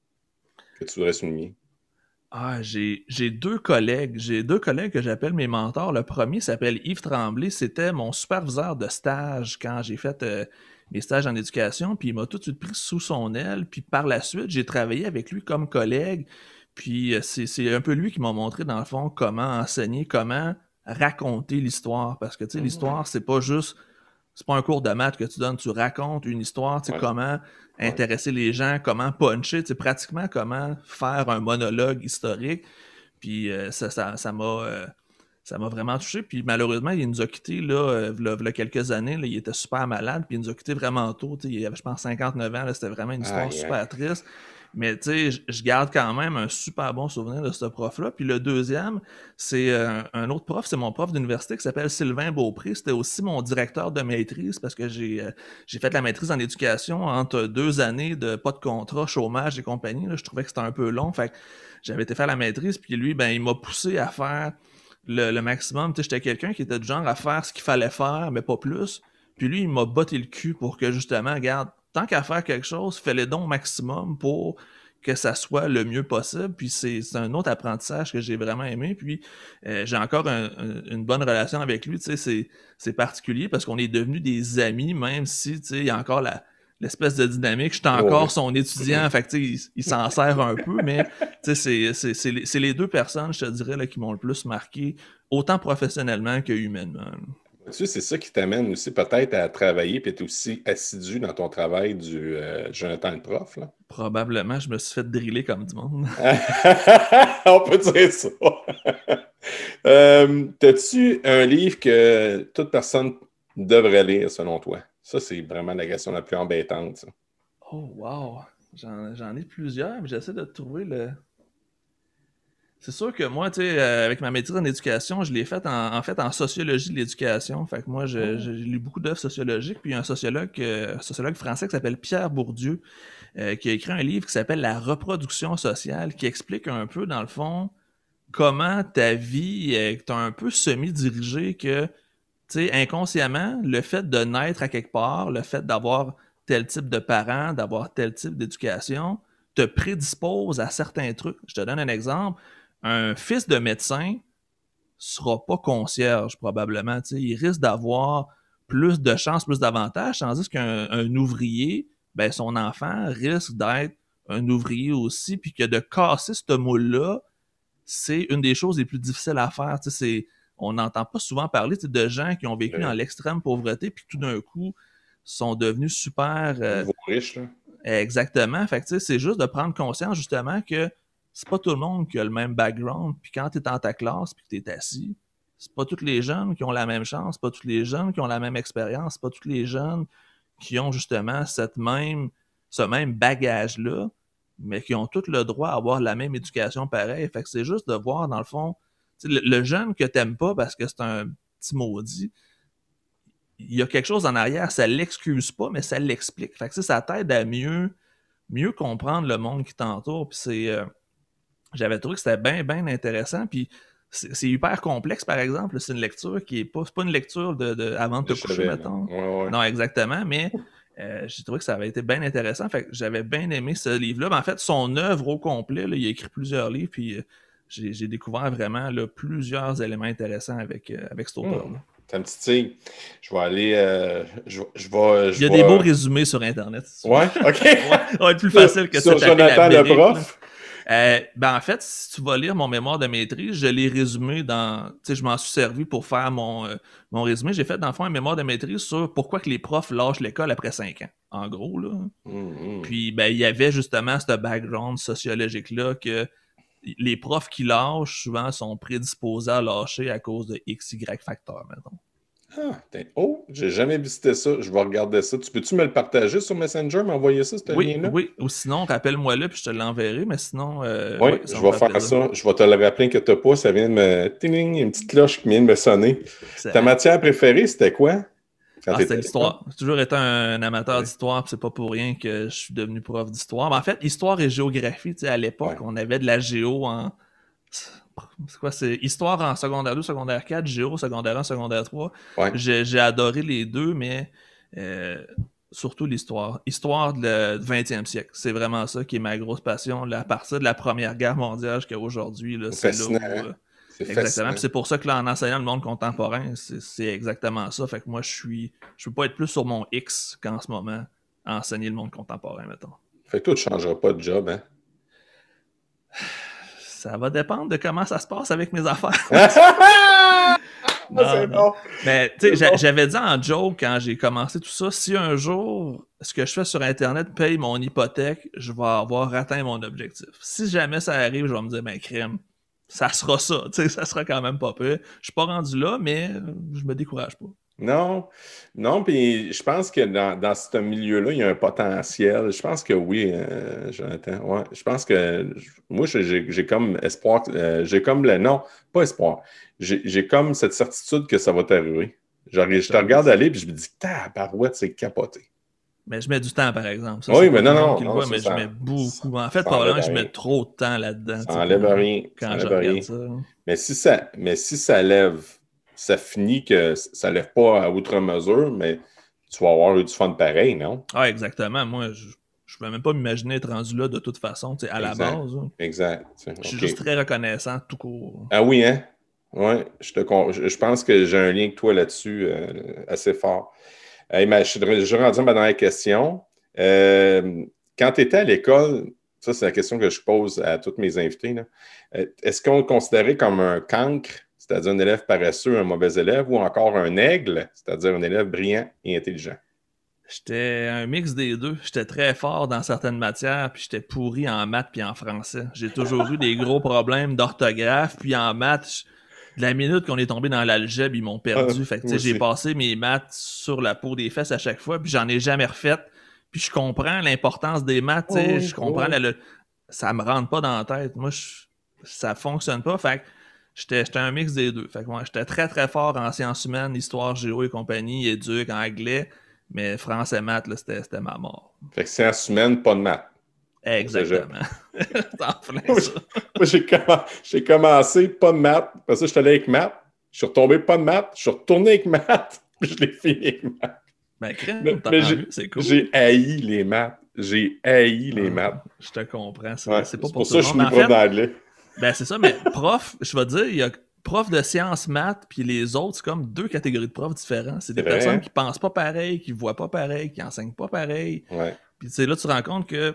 Que tu voudrais souligner? Ah, j'ai, j'ai deux collègues. J'ai deux collègues que j'appelle mes mentors. Le premier s'appelle Yves Tremblay. C'était mon superviseur de stage quand j'ai fait euh, mes stages en éducation. Puis il m'a tout de suite pris sous son aile. Puis par la suite, j'ai travaillé avec lui comme collègue. Puis euh, c'est, c'est un peu lui qui m'a montré, dans le fond, comment enseigner, comment raconter l'histoire. Parce que, tu sais, mmh. l'histoire, c'est pas juste... C'est pas un cours de maths que tu donnes, tu racontes une histoire, tu sais, ouais. comment intéresser ouais. les gens, comment puncher, tu sais, pratiquement comment faire un monologue historique. Puis euh, ça, ça, ça m'a euh, ça m'a vraiment touché. Puis malheureusement, il nous a quittés là, euh, là, là quelques années. Là, il était super malade, puis il nous a quittés vraiment tôt. Tu sais, il avait, je pense, cinquanteneuf ans. Là, c'était vraiment une histoire ah, yeah. super triste. Mais tu sais, je garde quand même un super bon souvenir de ce prof-là. Puis le deuxième, c'est euh, un autre prof, c'est mon prof d'université qui s'appelle Sylvain Beaupré. C'était aussi mon directeur de maîtrise parce que j'ai euh, j'ai fait la maîtrise en éducation entre deux années de pas de contrat, chômage et compagnie. Là. Je trouvais que c'était un peu long. Fait que j'avais été faire la maîtrise. Puis lui, ben il m'a poussé à faire le, le maximum. Tu sais, j'étais quelqu'un qui était du genre à faire ce qu'il fallait faire, mais pas plus. Puis lui, il m'a botté le cul pour que justement, regarde, tant qu'à faire quelque chose, fais-le donc au maximum pour que ça soit le mieux possible. Puis c'est, c'est un autre apprentissage que j'ai vraiment aimé. Puis euh, j'ai encore un, un, une bonne relation avec lui. Tu sais, c'est, c'est particulier parce qu'on est devenus des amis, même si, tu sais, il y a encore la, l'espèce de dynamique. Je suis encore Ouais. son étudiant, fait que, tu sais, il, il s'en sert un peu, mais tu sais, c'est, c'est, c'est, les, c'est les deux personnes, je te dirais, là, qui m'ont le plus marqué, autant professionnellement que humainement. Tu sais, c'est ça qui t'amène aussi peut-être à travailler et être aussi assidu dans ton travail du euh, Jonathan le prof, là. Probablement, je me suis fait driller comme du monde. On peut dire ça. euh, T'as-tu un livre que toute personne devrait lire, selon toi? Ça, c'est vraiment la question la plus embêtante, ça. Oh, wow! J'en, j'en ai plusieurs, mais j'essaie de trouver le... C'est sûr que moi, tu sais, euh, avec ma maîtrise en éducation, je l'ai faite en, en fait en sociologie de l'éducation. Fait que moi, je- j'ai lu beaucoup d'œuvres sociologiques, puis il y a un sociologue, euh, sociologue français qui s'appelle Pierre Bourdieu, euh, qui a écrit un livre qui s'appelle La reproduction sociale, qui explique un peu, dans le fond, comment ta vie est un peu semi-dirigée, que, tu sais, inconsciemment, le fait de naître à quelque part, le fait d'avoir tel type de parents, d'avoir tel type d'éducation, te prédispose à certains trucs. Je te donne un exemple. Un fils de médecin sera pas concierge, probablement. Tu sais, il risque d'avoir plus de chances, plus d'avantages, tandis qu'un un ouvrier, ben, son enfant risque d'être un ouvrier aussi, puis que de casser ce moule-là, c'est une des choses les plus difficiles à faire. Tu sais, c'est, on n'entend pas souvent parler, tu sais, de gens qui ont vécu dans Ouais. l'extrême pauvreté, puis tout d'un coup sont devenus super... euh, Nouveau riche, là. exactement. Fait que, tu sais, c'est juste de prendre conscience, justement, que c'est pas tout le monde qui a le même background. Puis quand tu es dans ta classe puis que tu es assis, c'est pas tous les jeunes qui ont la même chance, c'est pas tous les jeunes qui ont la même expérience, c'est pas tous les jeunes qui ont justement cette même, ce même bagage-là, mais qui ont tout le droit à avoir la même éducation pareille. Fait que c'est juste de voir, dans le fond, tu sais, le, le jeune que t'aimes pas parce que c'est un petit maudit, il y a quelque chose en arrière, ça l'excuse pas, mais ça l'explique. Fait que ça, ça t'aide à mieux, mieux comprendre le monde qui t'entoure. Puis c'est, euh, j'avais trouvé que c'était bien, bien intéressant. Puis c'est, c'est hyper complexe, par exemple. C'est une lecture qui est pas, c'est pas une lecture de, de avant de te Je coucher, savais, là. mettons. Ouais, ouais. Non, exactement, mais euh, j'ai trouvé que ça avait été bien intéressant. Fait que j'avais bien aimé ce livre-là. Ben, en fait, son œuvre au complet, là, il a écrit plusieurs livres, puis euh, j'ai, j'ai découvert vraiment là, plusieurs éléments intéressants avec, euh, avec cet auteur-là. Hmm. Ça me titille. Je vais aller. euh, je, je vais. Il Je y a vais... des beaux résumés sur Internet. Si tu veux. Ouais, OK. Ouais, ça va être plus facile que de se Sur taper Jonathan la le brique, prof. Euh, ben en fait, si tu vas lire mon mémoire de maîtrise, je l'ai résumé dans... Tu sais, je m'en suis servi pour faire mon, euh, mon résumé. J'ai fait, dans le fond, un mémoire de maîtrise sur pourquoi que les profs lâchent l'école après cinq ans, en gros, là. Mm-hmm. Puis, ben, il y avait justement ce background sociologique-là que les profs qui lâchent, souvent, sont prédisposés à lâcher à cause de X, Y facteurs, mettons. Ah, t'es- oh, j'ai jamais visité ça. Je vais regarder ça. Tu peux-tu me le partager sur Messenger, m'envoyer ça, ce Oui, lien-là? oui. Ou sinon, rappelle-moi-le, puis je te l'enverrai, mais sinon... Euh, Oui, oui, ça je me vais fait faire plaisir. ça. Je vais te le rappeler que t'as pas. Ça vient de me. Ting, il y a une petite cloche qui vient de me sonner. Excellent. Ta matière préférée, c'était quoi? Quand Ah, t'étais c'était à l'histoire. J'ai toujours été un amateur Ouais. d'histoire, puis c'est pas pour rien que je suis devenu prof d'histoire. Mais en fait, histoire et géographie, tu sais, à l'époque, Ouais. on avait de la géo en... C'est quoi, c'est histoire en secondaire deux, secondaire quatre, géo, secondaire un, secondaire trois. Ouais. J'ai, j'ai adoré les deux, mais euh, surtout l'histoire. Histoire du vingtième siècle. C'est vraiment ça qui est ma grosse passion. Là, à partir de la Première Guerre mondiale jusqu'à aujourd'hui, là, C'est c'est là où... fascinant, hein? euh, C'est Exactement. fascinant. Puis c'est pour ça que là, en enseignant le monde contemporain, c'est, c'est exactement ça. Fait que moi, je suis. Je peux pas être plus sur mon X qu'en ce moment, à enseigner le monde contemporain, mettons. Fait que toi, tu changeras pas de job, hein? Ça va dépendre de comment ça se passe avec mes affaires. Non, c'est non. bon. Mais tu sais, C'est j'a- bon. j'avais dit en joke quand j'ai commencé tout ça, si un jour ce que je fais sur Internet paye mon hypothèque, je vais avoir atteint mon objectif. Si jamais ça arrive, je vais me dire, ben crème, ça sera ça. Tu sais, ça sera quand même pas peu. Je suis pas rendu là, mais je me décourage pas. Non, non, puis je pense que dans, dans ce milieu-là, il y a un potentiel. Je pense que oui, euh, Jonathan. Ouais. Je pense que moi, j'ai, j'ai comme espoir, euh, j'ai comme le. Non, pas espoir. J'ai, j'ai comme cette certitude que ça va t'arriver. Genre, je te regarde aller, puis je me dis, tabarouette, c'est capoté. Mais je mets du temps, par exemple. Ça, oui, c'est mais pas non, tout le monde non, qui le non, voit, ça, mais ça, je mets beaucoup. ça, En fait, ça probablement enlève que je rien. mets trop de temps là-dedans. Ça enlève quand, rien. quand Ça je enlève regarde rien. ça. Mais si ça, mais si ça lève, ça finit que ça lève pas à outre mesure, mais tu vas avoir eu du fun pareil, non? Ah, exactement. Moi, je je peux même pas m'imaginer être rendu là de toute façon, à la Exact. base. Hein. Exact. Je suis OK. juste très reconnaissant tout court. Ah oui, hein? Oui, je, te con- je, je pense que j'ai un lien avec toi là-dessus euh, assez fort. Hey, mais je suis déjà rendu à ma dernière question. Euh, quand tu étais à l'école, ça c'est la question que je pose à tous mes invités, là. Euh, Est-ce qu'on te considérait comme un cancre, c'est-à-dire un élève paresseux, un mauvais élève, ou encore un aigle, c'est-à-dire un élève brillant et intelligent? J'étais un mix des deux. J'étais très fort dans certaines matières, puis j'étais pourri en maths puis en français. J'ai toujours eu des gros problèmes d'orthographe, puis en maths, je- de la minute qu'on est tombé dans l'algèbre, ils m'ont perdu. Ah, Fait que, tu moi sais, j'ai aussi. passé mes maths sur la peau des fesses à chaque fois, puis j'en ai jamais refait. Puis je comprends l'importance des maths, tu Oh, sais, oui, je comprends oui. la, le- ça me rentre pas dans la tête. Moi, je- ça fonctionne pas. Fait que j'étais, j'étais un mix des deux. Fait que moi, j'étais très très fort en sciences humaines, histoire, géo et compagnie, éduc, anglais. Mais français maths, là, c'était, c'était ma mort. Fait que sciences humaines, pas de maths au cégep. Exactement. C'est en plein Moi, ça. moi, j'ai commen- j'ai commencé pas de maths, après ça, je suis allé avec maths, je suis retombé pas de maths, je suis retourné avec maths, puis je l'ai fini avec maths. Ben, crème, Mais, tant mais mieux, j'ai c'est cool. j'ai haï les maths. J'ai haï les Ah, maths. je te comprends, c'est, Ouais, c'est pas c'est pour pour tout ça le que je monde. suis Mais venu en prof fait, d'anglais. ben c'est ça, mais prof, je vais dire, il y a prof de sciences maths, puis les autres, c'est comme deux catégories de profs différents. C'est des C'est vrai, personnes hein? qui pensent pas pareil, qui voient pas pareil, qui enseignent pas pareil. Ouais. Puis tu sais, là, tu te rends compte que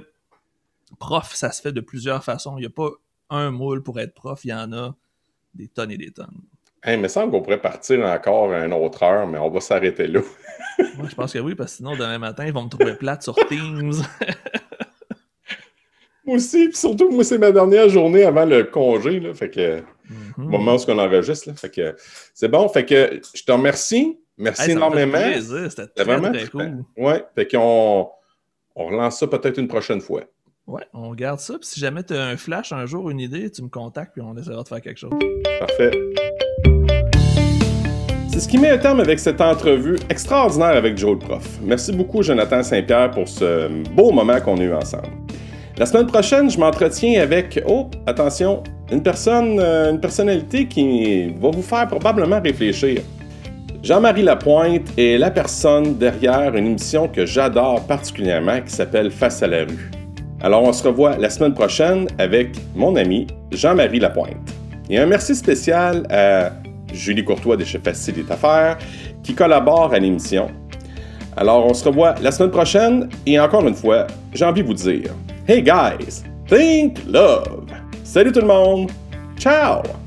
prof, ça se fait de plusieurs façons. Il n'y a pas un moule pour être prof, il y en a des tonnes et des tonnes. Hey, il me semble qu'on pourrait partir encore à une autre heure, mais on va s'arrêter là. Moi, je pense que oui, parce que sinon, demain matin, ils vont me trouver plate sur Teams. Moi aussi, puis surtout, moi, c'est ma dernière journée avant le congé, là, fait que, au Mm-hmm. moment où on enregistre, là, fait que, c'est bon, fait que, je te remercie, merci Hey, ça m'a fait énormément. plaisir, c'était C'était très, vraiment très trippant. cool. Ouais, fait qu'on on relance ça peut-être une prochaine fois. Ouais, on garde ça, puis si jamais tu as un flash un jour, une idée, tu me contactes, puis on essaiera de faire quelque chose. Parfait. C'est ce qui met un terme avec cette entrevue extraordinaire avec Joe le prof. Merci beaucoup, Jonathan Saint-Pierre, pour ce beau moment qu'on a eu ensemble. La semaine prochaine, je m'entretiens avec, oh, attention, une personne, euh, une personnalité qui va vous faire probablement réfléchir. Jean-Marie Lapointe est la personne derrière une émission que j'adore particulièrement qui s'appelle Face à la rue. Alors, on se revoit la semaine prochaine avec mon ami Jean-Marie Lapointe. Et un merci spécial à Julie Courtois de chez Facilite Affaires qui collabore à l'émission. Alors, on se revoit la semaine prochaine et encore une fois, j'ai envie de vous dire, hey guys, think love! Salut tout le monde! Ciao!